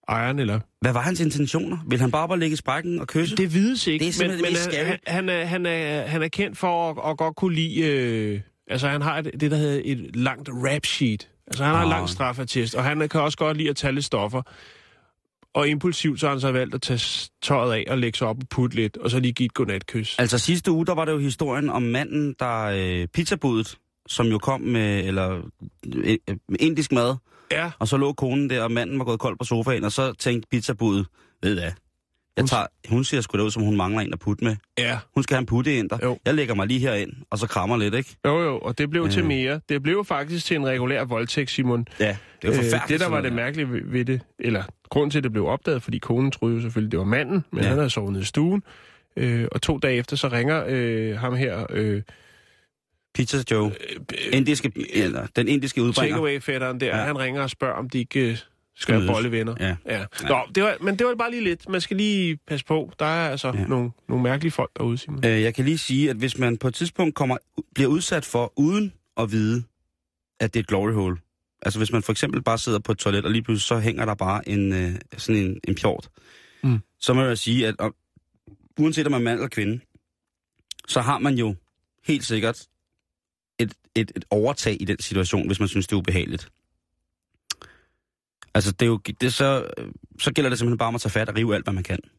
S5: ejeren, eller...
S4: Hvad var hans intentioner? Vil han bare op og lægge i sprækken og kysse?
S5: Det vides ikke,
S4: det er simpelthen
S5: men,
S4: det
S5: men han, han, er, han, er, han er kendt for at, at godt kunne lide... Øh, altså, han har et, det, der hedder et langt rap sheet. Altså, han har oh. en lang straffeattest, og han kan også godt lide at tage lidt stoffer. Og impulsivt, så har han så valgt at tage tøjet af og lægge sig op og putte lidt, og så lige give et godnatkys.
S4: Altså, sidste uge, der var det jo historien om manden, der øh, pizzabudet, som jo kom med, eller, øh, med indisk mad. Ja. Og så lå konen der, og manden var gået kold på sofaen, og så tænkte pizzabudet, ved hvad, jeg tager, hun ser sgu da ud, som hun mangler en at putte med. Ja. Hun skal have en putte ind der. Jo. Jeg lægger mig lige herind, og så krammer lidt, ikke? Jo, jo, og det blev øh. til mere. Det blev faktisk til en regulær voldtægt, Simon. Ja, det var forfærdeligt. Øh, det, der var det mærkelige ved, ved det, eller grunden til, at det blev opdaget, fordi konen troede jo selvfølgelig, det var manden, men ja. Han havde sovet nede i stuen. Øh, og to dage efter, så ringer øh, ham her... Øh, Pizza Joe. Indiske, eller, den indiske udbringer.
S5: Takeaway-fætteren der, ja. Han ringer og spørger, om de ikke skal have bollevenner. Ja. Ja. Nå, det var, men det var bare lige lidt. Man skal lige passe på. Der er altså ja. nogle, nogle mærkelige folk derude, Simon.
S4: Øh, jeg kan lige sige, at hvis man på et tidspunkt kommer, bliver udsat for, uden at vide, at det er et glory hole. Altså hvis man for eksempel bare sidder på et toilet, og lige pludselig så hænger der bare en, øh, sådan en, en pjort. Mm. Så må jeg sige, at og, uanset om man er mand eller kvinde, så har man jo helt sikkert Et, et, et overtag i den situation, hvis man synes, det er ubehageligt. Altså, det er jo, det er så, så gælder det simpelthen bare om at tage fat og rive alt, hvad man kan.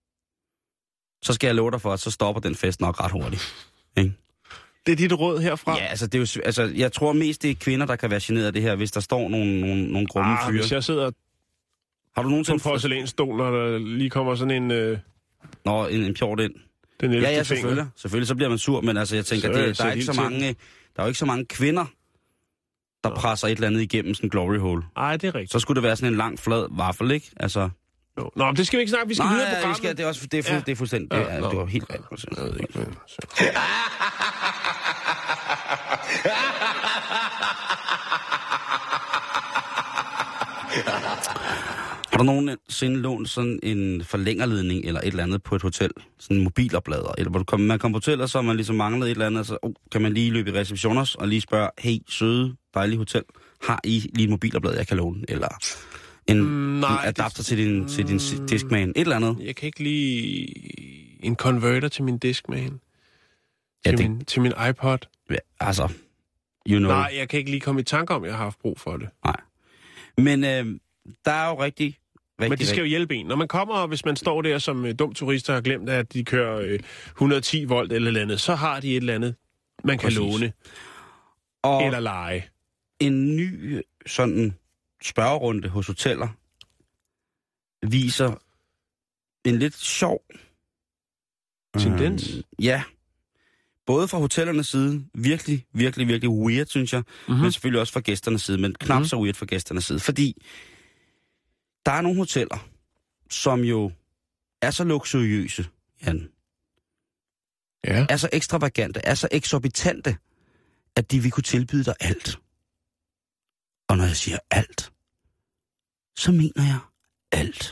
S4: Så skal jeg love dig for, at så stopper den fest nok ret hurtigt. Ikke?
S5: Det er dit råd herfra?
S4: Ja, altså, det er jo, altså, jeg tror mest, det er kvinder, der kan være generet af det her, hvis der står nogle, nogle, nogle grumme
S5: ah,
S4: fyre.
S5: Hvis jeg sidder
S4: har du nogensinde
S5: på en porcelænsstol, når der lige kommer sådan en... Øh...
S4: Nå, en, en pjort ind.
S5: Den
S4: ja, ja, selvfølgelig. Selvfølgelig, så bliver man sur, men altså, jeg tænker, så, det, der, er ikke så mange, der er jo ikke så mange kvinder, der Nå. presser et eller andet igennem sådan en glory hole.
S5: Nej, det er rigtigt.
S4: Så skulle det være sådan en lang, flad vaffel, ikke? Altså...
S5: Nå, Nå det skal vi ikke snakke, vi skal
S4: Nej,
S5: videre på
S4: programmet. Nej, det er også det er, fu- ja. det er fuldstændig, det, er, det var helt rigtigt. Jeg ved ikke, Har du nogensinde lånt sådan en forlængerledning eller et eller andet på et hotel? Sådan en mobiloplader? Eller hvor du kommer, man kommer på hotel, og så har man ligesom manglet et eller andet, så oh, kan man lige løbe i receptioners og lige spørge, hey, søde, dejlige hotel, har I lige en mobiloplader, jeg kan låne? Eller en, mm, nej, en adapter det, til din, mm, til din Discman? Et eller andet?
S5: Jeg kan ikke lige en converter til min Discman.
S4: Ja,
S5: til,
S4: det...
S5: min, til min iPod.
S4: Ja, altså, you know.
S5: Nej, jeg kan ikke lige komme i tanke om, at jeg har haft brug for det.
S4: Nej. Men øh, der er jo rigtig... Rigtig,
S5: Men det skal jo hjælpe en. Når man kommer, og hvis man står der som uh, dum turister og har glemt, at de kører uh, et hundrede og ti volt eller et andet, så har de et eller andet, man kan Præcis. låne og eller lege.
S4: En ny sådan spørgerunde hos hoteller viser en lidt sjov
S5: tendens.
S4: Øh, ja. Både fra hotellernes side, virkelig, virkelig, virkelig weird, synes jeg, mm-hmm. men selvfølgelig også fra gæsternes side, men knap mm-hmm. så weird fra gæsternes side, fordi der er nogle hoteller, som jo er så luksuriøse, Jan.
S5: Ja.
S4: Er så ekstravagante, er så eksorbitante, at de vil kunne tilbyde dig alt. Og når jeg siger alt, så mener jeg alt.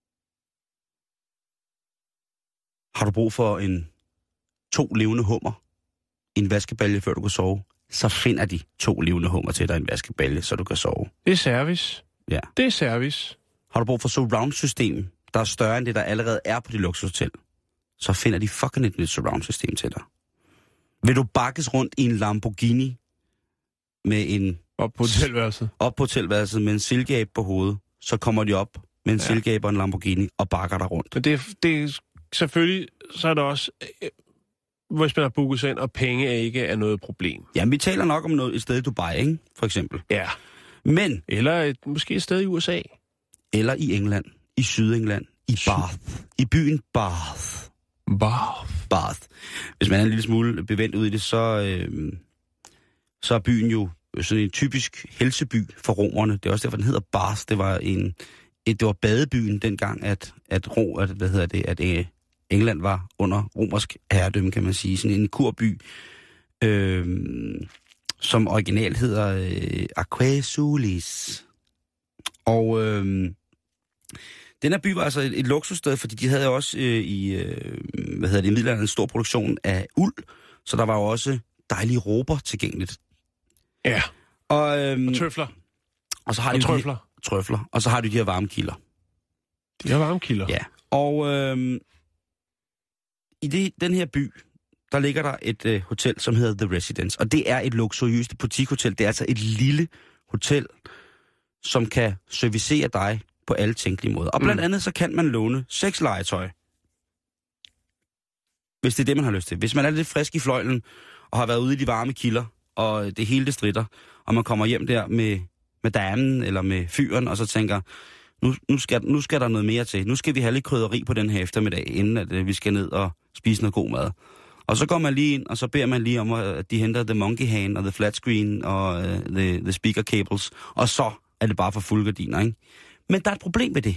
S4: Har du brug for en to levende hummer i en vaskebalje, før du kan sove, så finder de to levende hummer til dig i en vaskebalje, så du kan sove.
S5: Det er service.
S4: Ja.
S5: Det er service.
S4: Har du brug for surround-system, der er større end det, der allerede er på de luksushotel, så finder de fucking et nyt surround-system til dig. Vil du bakkes rundt i en Lamborghini med en...
S5: Op på hotelværelset.
S4: Op på hotelværelset med en silkeab på hovedet, så kommer de op med en ja. silkeab og en Lamborghini og bakker dig rundt.
S5: Men det, det er selvfølgelig, så er det også, hvis man har booket sig ind, og penge ikke er noget problem.
S4: Ja, vi taler nok om noget, et sted i Dubai, ikke? For eksempel.
S5: Ja.
S4: Men...
S5: Eller et, måske et sted i U S A.
S4: Eller i England. I Sydengland. I Bath. I byen Bath.
S5: Bath.
S4: Bath. Hvis man er en lille smule bevendt ud i det, så, øh, så er byen jo sådan en typisk helseby for romerne. Det er også derfor, den hedder Bath. Det var en, et, det var badebyen dengang, at, at, ro, at, hvad hedder det, at øh, England var under romersk herredømme, kan man sige. Sådan en kurby, øh, som originalt hedder øh, Aquasulis. Og øh, den her by var altså et, et luksussted, fordi de havde også øh, i, øh, hvad hedder det, i middelalderen en stor produktion af uld, så der var jo også dejlige råber tilgængeligt.
S5: Ja,
S4: og, øhm,
S5: og tøfler.
S4: Og så har
S5: og
S4: de
S5: trøfler.
S4: De, trøfler. Og så har de de her varmekilder.
S5: De har varmekilder.
S4: Ja, og øh, i det, den her by, der ligger der et øh, hotel, som hedder The Residence. Og det er et luksuriøst boutique-hotel. Det er altså et lille hotel, som kan servicere dig på alle tænkelige måder. Og blandt mm. andet så kan man låne sexlegetøj. Hvis det er det, man har lyst til. Hvis man er lidt frisk i fløjlen, og har været ude i de varme kilder, og det hele det stritter, og man kommer hjem der med, med damen eller med fyren, og så tænker, nu, nu, skal, nu skal der noget mere til. Nu skal vi have lidt krydderi på den her eftermiddag, inden at, øh, vi skal ned og spise noget god mad. Og så går man lige ind, og så beder man lige om, at de henter the monkey hand og the flat screen og uh, the, the speaker cables. Og så er det bare for fuldgardiner, ikke? Men der er et problem med det.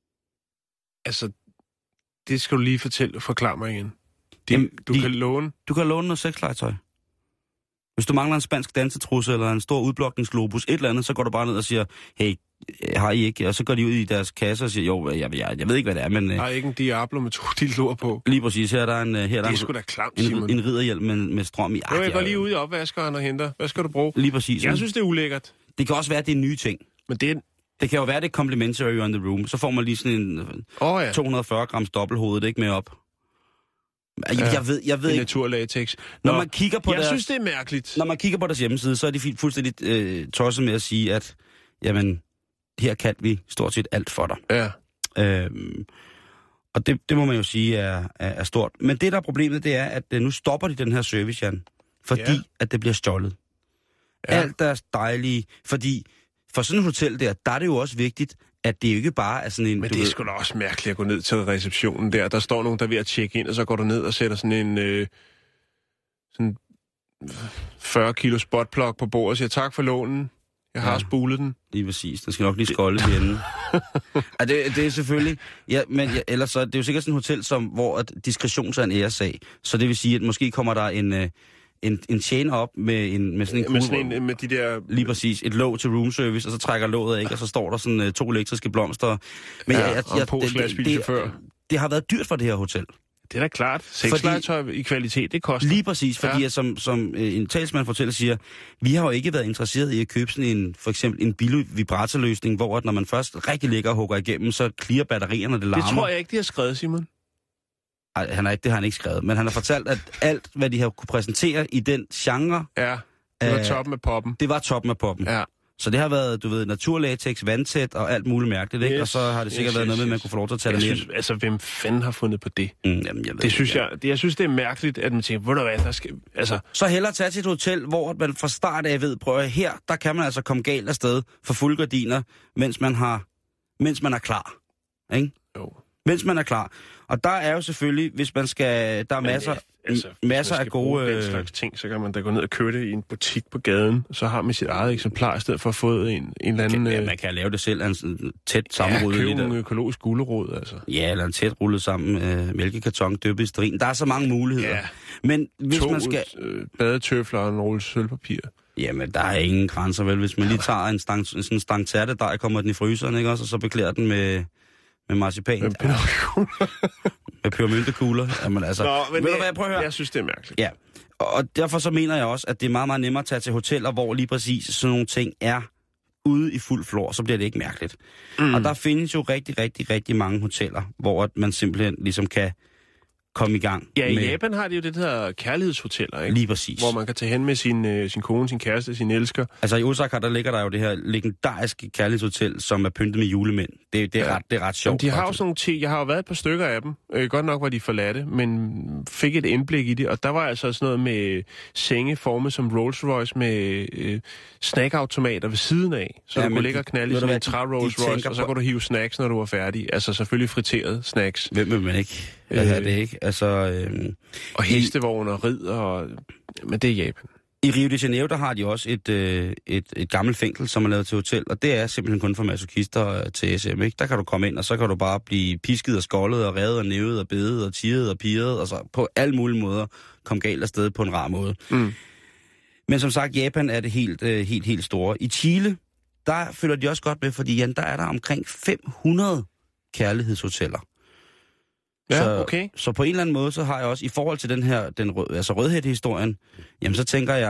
S5: Altså, det skal du lige fortælle, forklare mig igen. De,
S4: Jamen,
S5: du
S4: de,
S5: kan låne...
S4: Du kan låne noget sexlegetøj. Hvis du mangler en spansk dansetrusse eller en stor udblokningsglobus, et eller andet, så går du bare ned og siger, hey, har I ikke? Og så går de ud i deres kasse og siger, jo, jeg, jeg, jeg ved ikke, hvad det er, men...
S5: Der er ikke en Diablo med to dildoer på.
S4: Lige præcis, her er der en... Her er der
S5: det er sgu da klamt,
S4: en,
S5: Simon.
S4: en ridderhjelm med, med strøm i.
S5: Jo, jeg går lige ud i opvaskeren og henter. Hvad skal du bruge?
S4: Lige præcis.
S5: Jeg synes, det er ulækkert.
S4: Det kan også være, at det er nye ting.
S5: Men det er...
S4: Det kan jo være, det er complimentary on the room. Så får man lige sådan en
S5: oh, ja.
S4: to hundrede og fyrre grams dobbelthovedet, ikke med op. Jeg,
S5: ja,
S4: jeg ved, jeg ved ikke...
S5: Naturlatex.
S4: Når man kigger på
S5: jeg
S4: deres,
S5: synes, det er mærkeligt.
S4: Når man kigger på deres hjemmeside, så er de fuldstændig øh, tosset med at sige, at jamen, her kan vi stort set alt for dig.
S5: Ja.
S4: Øhm, og det, det må man jo sige er, er, er stort. Men det, der er problemet, det er, at øh, nu stopper de den her service, Jan. Fordi ja. at det bliver stjålet. Ja. Alt deres dejlige... Fordi for sådan et hotel der, der er det jo også vigtigt, at det jo ikke bare er sådan en...
S5: Men det er
S4: ved...
S5: sgu da også mærkeligt at gå ned til receptionen der. Der står nogen, der er ved at tjekke ind, og så går du ned og sætter sådan en... Øh, sådan fyrre kilo spotplug på bordet og siger, tak for lånen. Jeg har ja. spulet den.
S4: Lige præcis. Den skal nok lige skolde i enden. Ja, det, det er selvfølgelig... Ja, men ja, ellers så... Det er jo sikkert sådan et hotel, som, hvor at diskretion er en æresag. Så det vil sige, at måske kommer der en... Øh, En, en tjener op med, en, med sådan en kugle.
S5: Med sådan en, med de der...
S4: Lige præcis. Et låg til room service, og så trækker låget af, og så står der sådan uh, to elektriske blomster. Men
S5: ja,
S4: jeg, jeg, jeg,
S5: og
S4: det, det, det, det har været dyrt for det her hotel.
S5: Det er da klart. Sexlegetøj i kvalitet, det koster.
S4: Lige præcis, fordi
S5: ja.
S4: jeg, som, som en talsmand fortæller siger, vi har jo ikke været interesseret i at købe sådan en, for eksempel en billig vibratorløsning, hvor at når man først rigtig ligger og hugger igennem, så clear batterierne, det larmer.
S5: Det tror jeg ikke, de har skrevet, Simon.
S4: Ej, han har ikke, det har han ikke skrevet, men han har fortalt, at alt, hvad de har kunne præsentere i den genre...
S5: Ja, det var toppen af poppen.
S4: Det var toppen af poppen.
S5: Ja.
S4: Så det har været, du ved, naturlatex, vandtæt og alt muligt mærkeligt, ikke? Yes, og så har det sikkert yes, været noget med, at man kunne få lov til at tage
S5: jeg
S4: det med.
S5: Synes, altså, hvem fanden har fundet på det?
S4: Mm, jamen, jeg ved
S5: det synes
S4: ja.
S5: jeg, det, jeg synes, det er mærkeligt, at man tænker, hvor der hvad, der skal... Altså...
S4: Så hellere tage til et hotel, hvor man fra start af ved, prøv at her, der kan man altså komme galt afsted for fulde gardiner, mens man har, mens man er klar. Ikke?
S5: Jo.
S4: Mens man er klar. Og der er jo selvfølgelig, hvis man skal... Der er
S5: Men,
S4: masser,
S5: altså,
S4: masser af gode...
S5: Den slags ting, så kan man da gå ned og købe det i en butik på gaden. Så har man sit eget eksemplar, i stedet for at få en, en eller anden...
S4: Ja, man kan lave det selv, en tæt sammenrullet...
S5: Ja, købe en økologisk gulerod, altså.
S4: Ja, eller en tæt rullet sammen øh, mælkekarton, dyppet i sterin. Der er så mange muligheder. Ja. Men hvis
S5: to,
S4: man skal...
S5: Øh, badetøfler og en rulle sølvpapir.
S4: Jamen, der er ingen grænser, vel? Hvis man lige tager en stang, sådan en stang tærtedej, kommer den i fryseren, ikke også? Og så beklæder den med... Med marcipan.
S5: Med pinocchio.
S4: Med pyramidekugler. Jamen altså,
S5: Nå, men
S4: ved
S5: det,
S4: du hvad, jeg prøver at høre?
S5: Jeg synes, det er mærkeligt.
S4: Ja, og derfor så mener jeg også, at det er meget, meget nemmere at tage til hoteller, hvor lige præcis sådan nogle ting er ude i fuld flor, så bliver det ikke mærkeligt. Mm. Og der findes jo rigtig, rigtig, rigtig mange hoteller, hvor man simpelthen ligesom kan komme i gang.
S5: Ja, i
S4: med...
S5: Japan har de jo det der kærlighedshoteller, ikke?
S4: Lige præcis.
S5: Hvor man kan tage hen med sin, øh, sin kone, sin kæreste, sin elsker.
S4: Altså i Osaka, der ligger der jo det her legendariske kærlighedshotel, som er pyntet med julemænd. Det, det, er, ja. ret, det er ret sjovt.
S5: Jamen, de har jo sådan nogle ting. Jeg har jo været et par stykker af dem. Øh, godt nok var de forladte, men fik et indblik i det. Og der var altså sådan noget med senge formet som Rolls Royce med øh, snackautomater ved siden af. Så ja, du kunne ligge og knalde i sådan en træ Rolls Royce, og så kunne du hive snacks, når du var færdig. Altså selvfølgelig friterede snacks.
S4: Hvem vil man ikke? Jeg øh, det ikke. Altså, øhm,
S5: og hestevogn og rid, og... men det er Japan.
S4: I Rio de Janeiro, der har de også et, øh, et, et gammelt fængsel, som er lavet til hotel, og det er simpelthen kun for masochister til S M, ikke? Der kan du komme ind, og så kan du bare blive pisket og skoldet og revet og nævet og bedet og tirret og pirret, og så på alle mulige måder komme galt afsted på en rar måde. Mm. Men som sagt, Japan er det helt, øh, helt, helt store. I Chile, der følger de også godt med, fordi Jan, der er der omkring fem hundrede kærlighedshoteller.
S5: Ja,
S4: så,
S5: okay.
S4: Så på en eller anden måde, så har jeg også, i forhold til den her, den rød, altså rødhætte-historien, jamen så tænker jeg,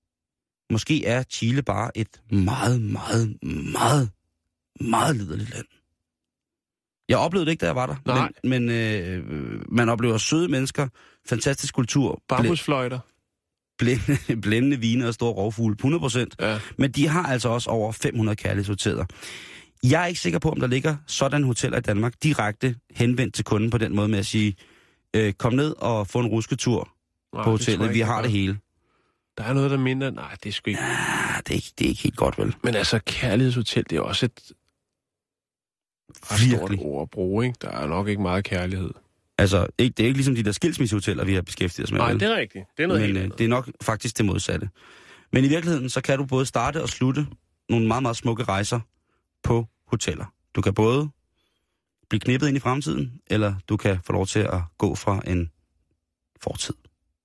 S4: måske er Chile bare et meget, meget, meget, meget liderligt land. Jeg oplevede det ikke, da jeg var der.
S5: Nej.
S4: Men, men øh, man oplever søde mennesker, fantastisk kultur.
S5: Bambusfløjter.
S4: Blændende, blændende vine og store rovfugle, hundrede procent.
S5: Ja.
S4: Men de har altså også over fem hundrede kærlighedshoteller. Jeg er ikke sikker på, om der ligger sådan hoteller i Danmark direkte henvendt til kunden på den måde med at sige, øh, kom ned og få en rusketur
S5: Nej,
S4: på hotellet, vi har det hele.
S5: Der er noget, der minder... Nej, det er sgu ikke...
S4: Ja, det er ikke, det er ikke helt godt, vel?
S5: Men altså, kærlighedshotel, det er også et ret stort ord at bruge, ikke? Der er nok ikke meget kærlighed.
S4: Altså, ikke, det er ikke ligesom de der skilsmissehoteller, vi har beskæftiget os med.
S5: Nej,
S4: vel?
S5: det er rigtigt. Det er noget
S4: Men
S5: helt
S4: øh,
S5: andet.
S4: det er nok faktisk det modsatte. Men i virkeligheden, så kan du både starte og slutte nogle meget, meget smukke rejser på hoteller. Du kan både blive knippet ind i fremtiden, eller du kan få lov til at gå fra en fortid.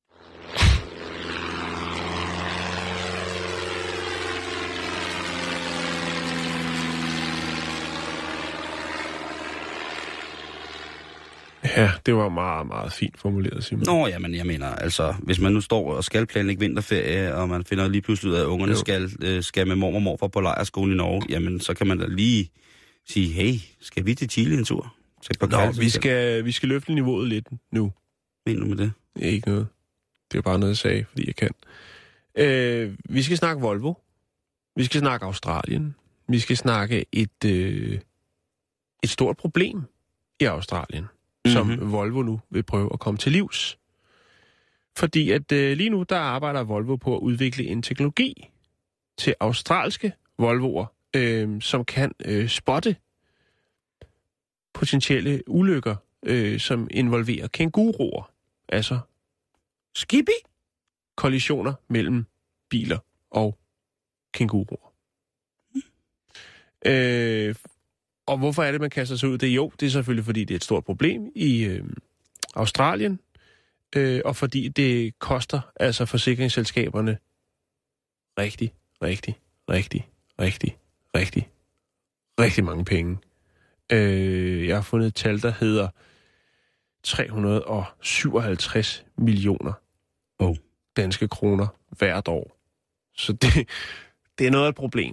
S5: Ja, det var meget, meget fint formuleret, Simon.
S4: Nå, jamen, jeg mener, altså, hvis man nu står og skal planlægge vinterferie, og man finder lige pludselig ud af, at ungerne skal, øh, skal med mor og morfar på lejrskolen i Norge, jamen, så kan man da lige sige, hey, skal vi til Chile en tur?
S5: Nå, vi skal, vi skal løfte niveauet lidt nu.
S4: Mener du med det?
S5: Ikke noget. Det er bare noget, jeg sagde, fordi jeg kan. Øh, vi skal snakke Volvo. Vi skal snakke Australien. Vi skal snakke et, øh, et stort problem i Australien, mm-hmm. som Volvo nu vil prøve at komme til livs. Fordi at øh, lige nu, der arbejder Volvo på at udvikle en teknologi til australske Volvoer, øh, som kan øh, spotte potentielle ulykker, øh, som involverer kænguruer. Altså
S4: Skippy?
S5: Kollisioner mellem biler og kænguruer. Mm. Øh, og hvorfor er det, man kaster sig ud? Det jo, det er selvfølgelig, fordi det er et stort problem i øh, Australien, øh, og fordi det koster altså forsikringsselskaberne rigtig, rigtig, rigtig, rigtig, rigtig, rigtig mange penge. Øh, jeg har fundet et tal, der hedder tre hundrede syvoghalvtreds millioner
S4: oh.
S5: danske kroner hvert år. Så det, det er noget af et problem.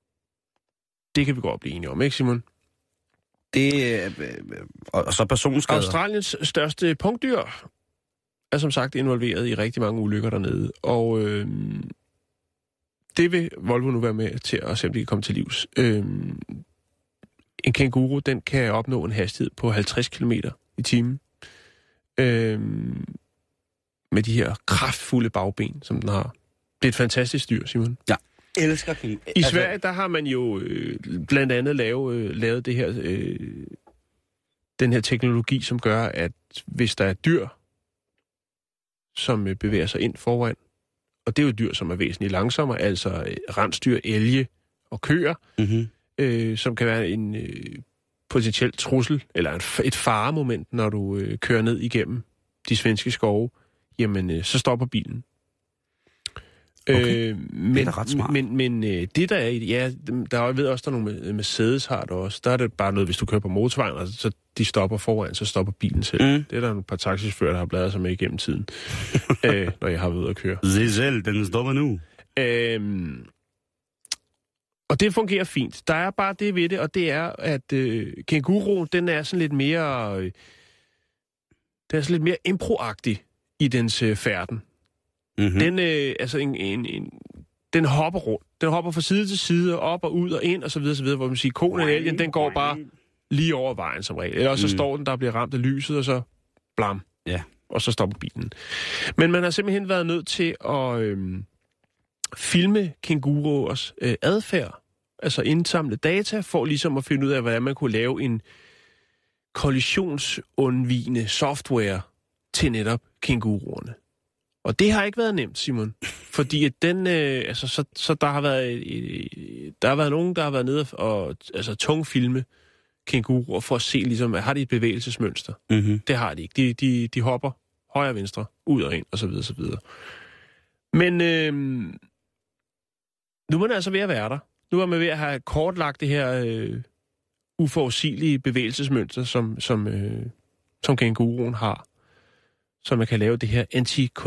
S5: Det kan vi godt blive enige om, ikke Simon?
S4: Det øh, og så personskader.
S5: Australiens største punktdyr er som sagt involveret i rigtig mange ulykker dernede, og øh, det vil Volvo nu være med til at se, om de kan komme til livs. Øh, en kænguru, den kan opnå en hastighed på halvtreds kilometer i timen. Øh, med de her kraftfulde bagben, som den har. Det er et fantastisk dyr, Simon.
S4: Ja. Elsker kænguru.
S5: I altså... Sverige, der har man jo øh, blandt andet lave, øh, lavet det her, øh, den her teknologi, som gør, at hvis der er dyr, som øh, bevæger sig ind foran, og det er jo dyr, som er væsentligt langsommere, altså øh, rensdyr, elge og køer, mm-hmm. øh, som kan være en øh, potentiel trussel, eller en, et faremoment, når du øh, kører ned igennem de svenske skove, jamen øh, så stopper bilen.
S4: Okay.
S5: Øh, men,
S4: det er ret smart.
S5: Men, men øh, det der er i ja, der er, jeg ved også, der er nogle Mercedes har det også. Der er det bare noget, hvis du kører på motorvejen, og så de stopper foran, så stopper bilen selv. Mm. Det er der et par taxichauffører, der har bladret sig med igennem tiden, øh, når jeg har været ude at køre.
S4: Se selv, den stopper nu.
S5: Øhm, og det fungerer fint. Der er bare det ved det, og det er, at øh, kænguruen, den er sådan lidt mere, øh, den er sådan lidt mere improagtig i dens øh, færden. Mm-hmm. Den, øh, altså en, en, en, den hopper rundt. Den hopper fra side til side, op og ud og ind, og så videre, så videre, hvor man siger, konen eller elgen, den går bare lige over vejen som regel. Eller så mm. står den, der bliver ramt af lyset, og så blam.
S4: Ja.
S5: Og så stopper bilen. Men man har simpelthen været nødt til at øh, filme kænguruers øh, adfærd, altså indsamle data, for ligesom at finde ud af, hvordan man kunne lave en kollisionsundvigende software til netop kænguruerne. Og det har ikke været nemt, Simon. Fordi at den, øh, altså, så, så der har været, øh, der har været nogen, der har været nede og altså, tungfilme kænguruer for at se, ligesom, har de et bevægelsesmønster? Mm-hmm. Det har de ikke. De, de, de hopper højre og venstre, ud og ind, og så videre, så videre. Men øh, nu er man altså ved at være der. Nu er man ved at have kortlagt det her øh, uforudsigelige bevægelsesmønster, som, som, øh, som kænguruen har. Så man kan lave det her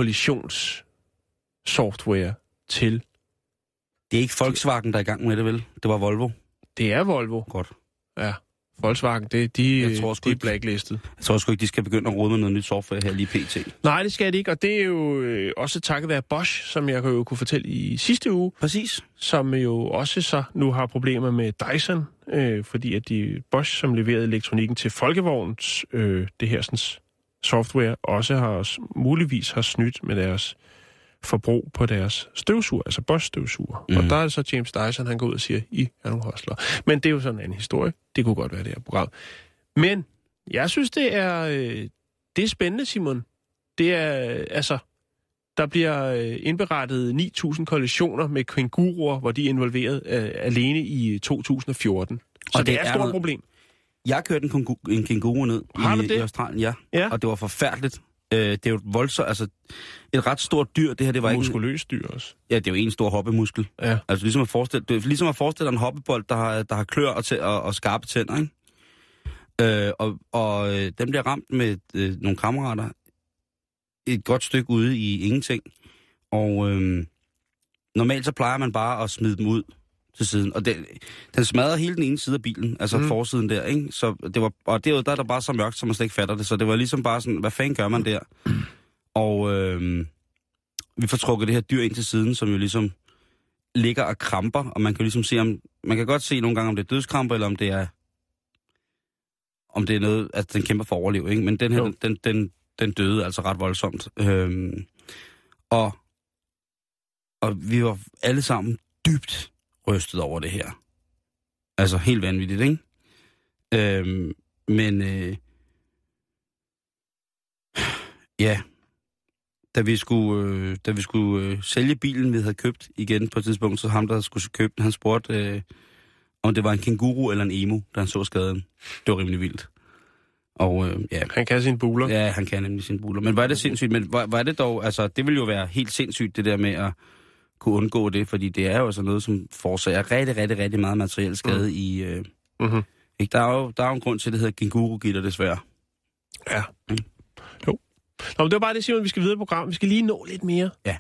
S5: anti-kollisions-software til.
S4: Det er ikke Volkswagen, der er i gang med det, vel? Det var Volvo.
S5: Det er Volvo.
S4: Godt.
S5: Ja. Volkswagen, det, de,
S4: Jeg tror sgu
S5: de er
S4: ikke-
S5: blacklistet.
S4: Jeg tror sgu ikke, de skal begynde at rode med noget nyt software her lige pt.
S5: Nej, det skal de ikke, og det er jo øh, også takket være Bosch, som jeg jo kunne fortælle i sidste uge,
S4: Præcis.
S5: som jo også så nu har problemer med Dyson, øh, fordi at de Bosch, som leverede elektronikken til Folkevogns, øh, det her sådan, software, også har muligvis har snydt med deres forbrug på deres støvsuger, altså Bosch-støvsuger. Mm. Og der er det så James Dyson, han går ud og siger, I er nogle hostler. Men det er jo sådan en anden historie. Det kunne godt være det her program. Men jeg synes, det er, øh, det er spændende, Simon. Det er, øh, altså, der bliver øh, indberettet ni tusind kollisioner med kænguruer, hvor de er involveret øh, alene i to tusind og fjorten. Så og det, det er et stort
S4: noget... problem. Jeg kørte en, kongu- en kænguru ned i, i Australien, ja.
S5: ja.
S4: Og det var forfærdeligt. Øh, det er jo et voldsomt, altså et ret stort dyr. Det her, det var ikke...
S5: Muskuløst dyr også.
S4: Ja, det er jo en stor hoppemuskel.
S5: Ja.
S4: Altså ligesom at forestille, det er ligesom at forestille en hoppebold, der har, der har klør og, tæ- og, og skarpe tænder, ikke? Øh, og, og øh, den bliver ramt med øh, nogle kammerater et godt stykke ude i ingenting. Og øh, normalt så plejer man bare at smide dem ud til siden. Og det, den smadrede hele den ene side af bilen, altså mm. forsiden der, ikke? Så det var, og derude der er der bare så mørkt, så man slet ikke fatter det. Så det var ligesom bare sådan, hvad fanden gør man der? Og øh, vi får trukket det her dyr ind til siden, som jo ligesom ligger og kramper, og man kan ligesom se, om man kan godt se nogle gange, om det er dødskramper, eller om det er om det er noget, at den kæmper for at overleve, ikke? Men den her, den, den, den, den døde altså ret voldsomt. Øhm, og, og vi var alle sammen dybt rystet over det her. Altså helt vanvittigt, ikke? Øhm, men øh, ja, da vi skulle, øh, da vi skulle øh, sælge bilen, vi havde købt igen på et tidspunkt, så ham, der skulle købe den, han spurgte, øh, om det var en kænguru eller en emu, da han så skaden. Det var rimelig vildt. Og øh, ja.
S5: Han kan sine buler.
S4: Ja, han kan nemlig sine buler. Men hvor er det sindssygt? Men hvor, hvor er det dog, altså det vil jo være helt sindssygt, det der med at kunne undgå det, fordi det er jo altså noget, som forårsager rigtig, rigtig, rigtig meget materiel skade mm. i... Øh, mm-hmm. Ikke? Der, er jo, der er jo en grund til, at det hedder kænguru-gitter, desværre.
S5: Ja. Mm. Jo. Nå, men det var bare det, Simon, vi skal videre i programmet. Vi skal lige nå lidt mere.
S4: Ja.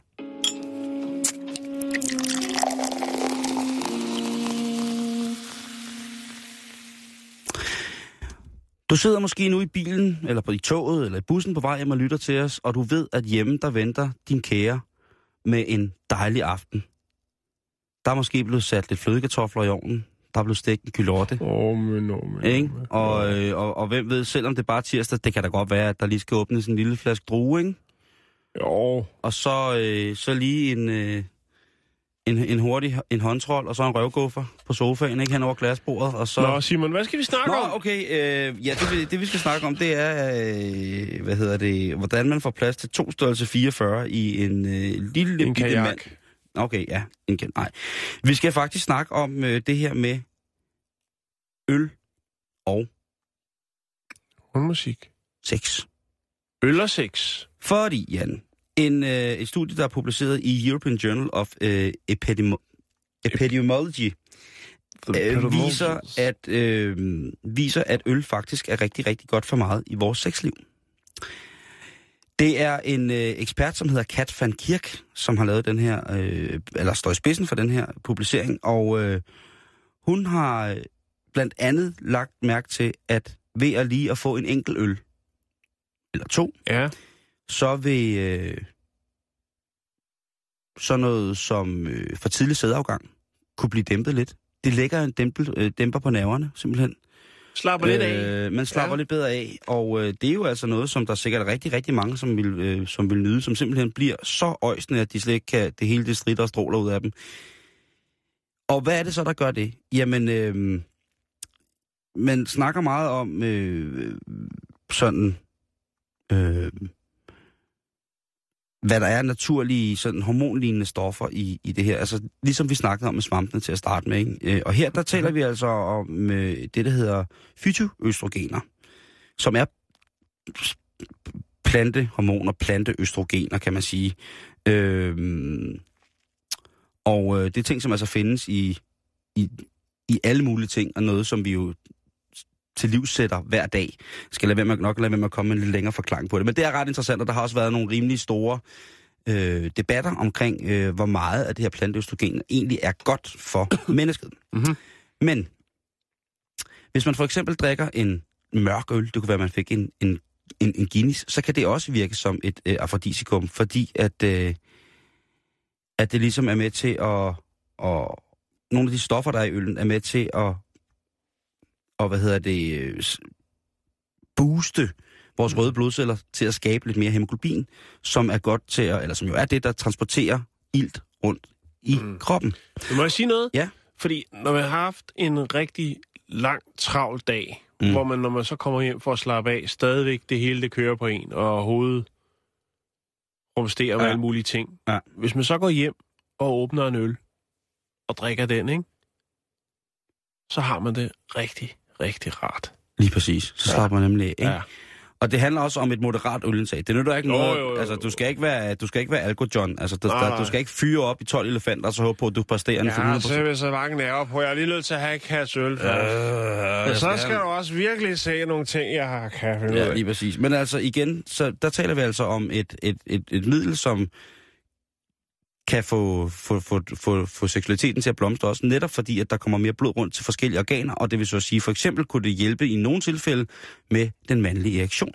S4: Du sidder måske nu i bilen, eller på i toget, eller i bussen på vej hjem og lytter til os, og du ved, at hjemme der venter din kære med en dejlig aften. Der er måske blevet sat lidt flødekartofler i ovnen. Der er blevet stegt en kylotte.
S5: Åh, oh, men, oh, men,
S4: ikke? Og, øh, og, og hvem ved, selvom det er bare tirsdag, det kan da godt være, at der lige skal åbnes en lille flaske drue, ikke?
S5: Jo.
S4: Og så, øh, så lige en, øh, en, en hurtig en håndtrol, og så en røvguffer på sofaen, ikke? Hen over glasbordet, og så...
S5: Nå, Simon, hvad skal vi snakke
S4: Nå,
S5: om?
S4: okay. Øh, ja, det, det vi skal snakke om, det er, øh, hvad hedder det, hvordan man får plads til to størrelse fireogfyrre i en øh, lille
S5: en
S4: bitte mand. Okay, ja. En, nej. Vi skal faktisk snakke om øh, det her med øl og...
S5: Musik.
S4: Sex.
S5: Øl og sex.
S4: Fordi, Jan, en, øh, et studie, der er publiceret i European Journal of øh, Epidemi- Epidemiology, øh, viser, at, øh, viser, at øl faktisk er rigtig, rigtig godt for meget i vores sexliv. Det er en øh, ekspert, som hedder Kat van Kirk, som har lavet den her, øh, eller står i spidsen for den her publicering, og øh, hun har blandt andet lagt mærke til, at ved at lige at få en enkelt øl, eller to,
S5: ja.
S4: så vil øh, sådan noget som øh, for tidlig sædafgang kunne blive dæmpet lidt. Det lægger en dæmpel, øh, dæmper på nerverne, simpelthen.
S5: Slapper lidt af.
S4: Øh, man slapper ja. lidt bedre af, og øh, det er jo altså noget, som der sikkert er rigtig, rigtig mange, som vil, øh, som vil nyde, som simpelthen bliver så øjsende, at de slet ikke kan, det hele det stritter og stråler ud af dem. Og hvad er det så, der gør det? Jamen, øh, man snakker meget om øh, sådan, øh, hvad der er naturlige sådan hormonlignende stoffer i, i det her. Altså, ligesom vi snakkede om med svampene til at starte med, ikke? Og her, der taler vi altså om øh, det, der hedder fytoøstrogener, som er plantehormoner, planteøstrogener, kan man sige. Øh, og øh, det er ting, som altså findes i, i, i alle mulige ting, og noget, som vi jo til livssætter hver dag. Skal lade være med, nok lade være med at komme med en lidt længere forklaring på det. Men det er ret interessant, og der har også været nogle rimelig store øh, debatter omkring, øh, hvor meget af det her planteøstrogen egentlig er godt for mennesket. Mm-hmm. Men Hvis man for eksempel drikker en mørk øl, det kunne være, at man fik en, en, en, en Guinness, så kan det også virke som et øh, afrodisikum, fordi at, øh, at det ligesom er med til at... Og nogle af de stoffer, der er i øllen, er med til at... Og hvad hedder det... Øh, booste vores røde blodceller til at skabe lidt mere hemoglobin, som er godt til at... Eller som jo er det, der transporterer ilt rundt i mm. kroppen.
S5: Må jeg sige noget?
S4: Ja.
S5: Fordi når man har haft en rigtig lang, travl dag, mm. hvor man, når man så kommer hjem for at slappe af, stadigvæk det hele, det kører på en, og hovedet rumsterer ja. med alle mulige ting.
S4: Ja.
S5: Hvis man så går hjem og åbner en øl, og drikker den, ikke? Så har man det rigtig, rigtig rart.
S4: Lige præcis. Så slapper ja. man nemlig af, ikke?
S5: Ja.
S4: Og det handler også om et moderat ølindtag. Det nytter ikke
S5: jo,
S4: noget...
S5: Jo, jo, jo.
S4: Altså, du skal ikke være, du skal ikke være alkohol. Altså, du,
S5: nej,
S4: der,
S5: nej.
S4: du skal ikke fyre op i tolv elefanter, og så håbe på, at du præsterer en
S5: ja,
S4: hundrede procent.
S5: Ja, så hvis så mange nerver på. Jeg er lige nødt til at have et kasse øl først. Øh, så skal, skal du også virkelig se nogle ting, jeg har kaffe ud af.
S4: Ja, lige præcis. Men altså igen, så der taler vi altså om et, et, et, et middel, som kan få, få, få, få, få seksualiteten til at blomstre også, netop fordi, at der kommer mere blod rundt til forskellige organer, og det vil så sige, for eksempel kunne det hjælpe i nogle tilfælde med den mandlige erektion.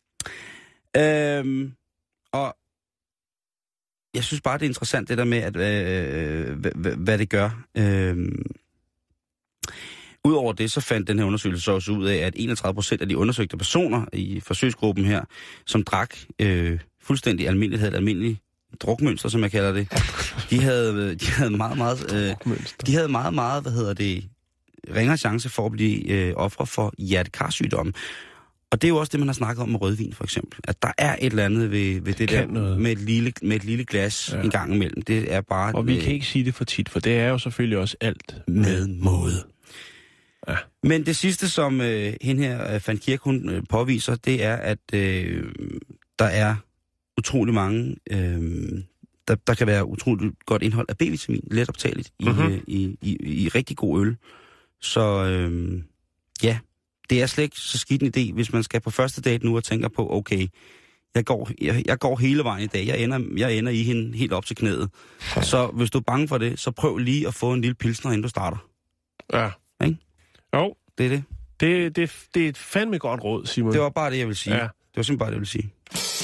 S4: Øhm, og jeg synes bare, det er interessant det der med, at, øh, hvad, hvad det gør. Øhm, Udover det, så fandt den her undersøgelse også ud af, at enogtredive procent af de undersøgte personer i forsøgsgruppen her, som drak øh, fuldstændig almindeligt, havde et almindeligt drukmønster, som jeg kalder det, de havde, de havde meget, meget, øh, de havde meget, meget, hvad hedder det, ringere chance for at blive øh, ofre for hjertekarsygdomme. Og det er jo også det, man har snakket om med rødvin, for eksempel. At der er et eller andet ved, ved det, det der med et, lille, med et lille glas ja. en gang imellem. Det er bare...
S5: Og vi øh, kan ikke sige det for tit, for det er jo selvfølgelig også alt
S4: med måde. Ja. Men det sidste, som øh, hende her, Van Kirk, hun øh, påviser, det er, at øh, der er utrolig mange... Øh, der, der kan være utrolig godt indhold af B-vitamin, let optageligt, i,
S5: mm-hmm.
S4: øh, i, i, i rigtig god øl. Så øh, ja... Det er slet ikke så skidt en idé, hvis man skal på første date nu og tænker på, okay, jeg går, jeg, jeg går hele vejen i dag. Jeg ender, jeg ender i hende helt op til knæet. Så hvis du er bange for det, så prøv lige at få en lille pilsner, inden du starter.
S5: Ja.
S4: Ikke?
S5: Jo.
S4: Det er det.
S5: Det, det, det er et fandme godt råd, Simon.
S4: Det var bare det, jeg vil sige.
S5: Ja.
S4: Det var simpelthen bare det, jeg vil sige.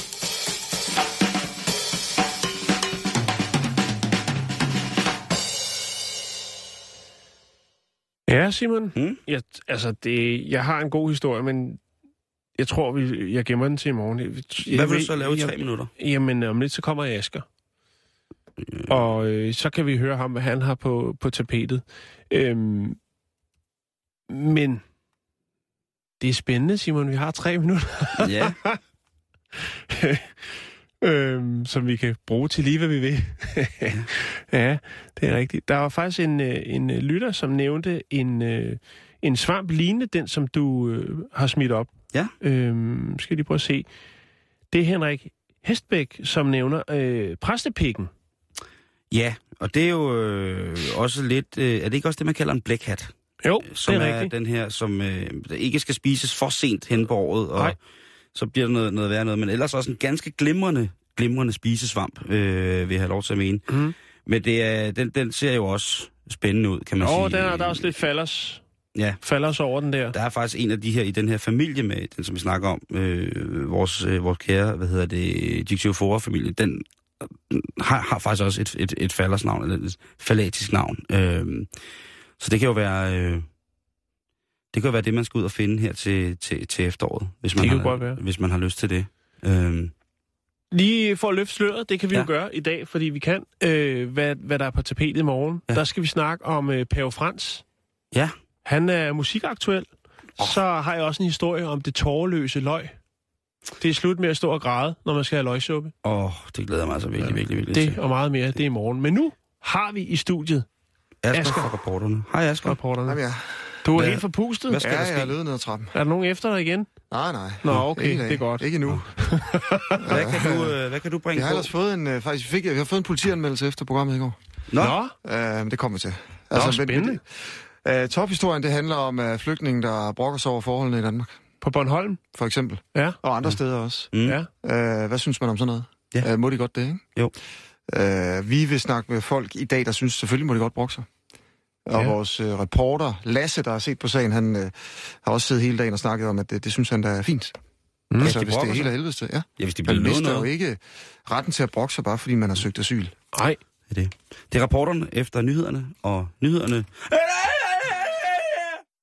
S5: Ja, Simon.
S4: Hmm?
S5: Jeg, altså, det, jeg har en god historie, men jeg tror, vi, jeg gemmer den til i morgen. Jeg, jeg,
S4: Hvad vil du så lave i tre minutter?
S5: Jamen, om lidt så kommer Asger. Ja. Og øh, så kan vi høre ham, hvad han har på, på tapetet. Øhm, men det er spændende, Simon. Vi har tre minutter.
S4: Ja.
S5: øhm, som vi kan bruge til lige, hvad vi vil. Ja, det er rigtigt. Der var faktisk en, en lytter, som nævnte en, en svamp lignende den, som du øh, har smidt op.
S4: Ja.
S5: Øhm, skal jeg lige prøve at se. Det er Henrik Hestbæk, som nævner øh, præstepikken.
S4: Ja, og det er jo øh, også lidt... Øh, er det ikke også det, man kalder en blækhat?
S5: Jo,
S4: som
S5: det er,
S4: er
S5: rigtigt.
S4: Den her, som øh, ikke skal spises for sent hen på året, og
S5: Nej.
S4: så bliver det noget, noget værre noget. Men ellers også en ganske glimrende, glimrende spisesvamp, øh, vil jeg have lov til at mene.
S5: Mm.
S4: Men det er, den, den ser jo også spændende ud, kan man
S5: Åh,
S4: sige.
S5: oh, der er også lidt fallers.
S4: Ja.
S5: Fallers over den der.
S4: Der er faktisk en af de her i den her familie med, den som vi snakker om, øh, vores, øh, vores kære, hvad hedder det, Dictyofora-familie, den har, har faktisk også et, et, et fallersnavn, eller et fallatisk navn. Øh, så det kan jo være... Øh, det kan jo være det, man skal ud og finde her til, til, til efteråret, hvis man,
S5: det kan
S4: har,
S5: godt være.
S4: hvis man har lyst til det. Øh,
S5: Lige for at løfte sløret, det kan vi ja. jo gøre i dag, fordi vi kan. Øh, hvad, hvad der er på tapetet i morgen. Ja. Der skal vi snakke om øh, Pave Frans.
S4: Ja.
S5: Han er musikaktuel. Oh. Så har jeg også en historie om det tårerløse løg. Det er slut med at stå og græde, når man skal have løgsuppe.
S4: Åh, oh, det glæder mig altså virkelig, ja. virkelig, virkelig
S5: det til. Og meget mere, det er i morgen. Men nu har vi i studiet
S4: Asger,
S5: Asger.
S4: fra rapporterne. Hej Asger.
S5: Rapporterne.
S8: Jamen, ja.
S5: Du er
S4: Hvad?
S5: helt forpustet.
S4: Hvad skal
S8: ja,
S4: der ske?
S8: jeg er løbet ned ad trappen.
S5: Er der nogen efter dig igen?
S8: Nej, nej.
S5: Nå, okay, det er godt.
S8: Ikke endnu.
S4: Hvad kan du, øh, hvad kan du bringe
S8: Jeg har
S4: på?
S8: ellers fået en, øh, faktisk, vi, fik, vi har fået en politianmeldelse efter programmet i går.
S4: Nå.
S5: Nå.
S8: Øh, det kommer vi til.
S5: Altså, spændende.
S8: Men, øh, tophistorien, det handler om uh, flygtninge, der brokker sig over forholdene i Danmark.
S5: På Bornholm?
S8: For eksempel.
S5: Ja.
S8: Og andre ja. steder også.
S4: Mm.
S5: Ja.
S8: Øh, hvad synes man om sådan noget?
S4: Ja.
S8: Øh, må de godt det, ikke?
S4: Jo.
S8: Øh, vi vil snakke med folk i dag, der synes, selvfølgelig må de godt brokke sig. Og ja. vores øh, reporter, Lasse, der har set på sagen, han øh, har også siddet hele dagen og snakket om, at det, det synes han, der er fint. Mm. Altså,
S4: de
S8: hvis det er helt af helvede til, ja.
S4: Ja, hvis de
S8: man
S4: bliver
S8: mister
S4: noget.
S8: jo ikke retten til at brokke sig, bare fordi man har søgt asyl.
S5: Nej.
S4: Det er det. Det er rapporterne efter nyhederne, og nyhederne...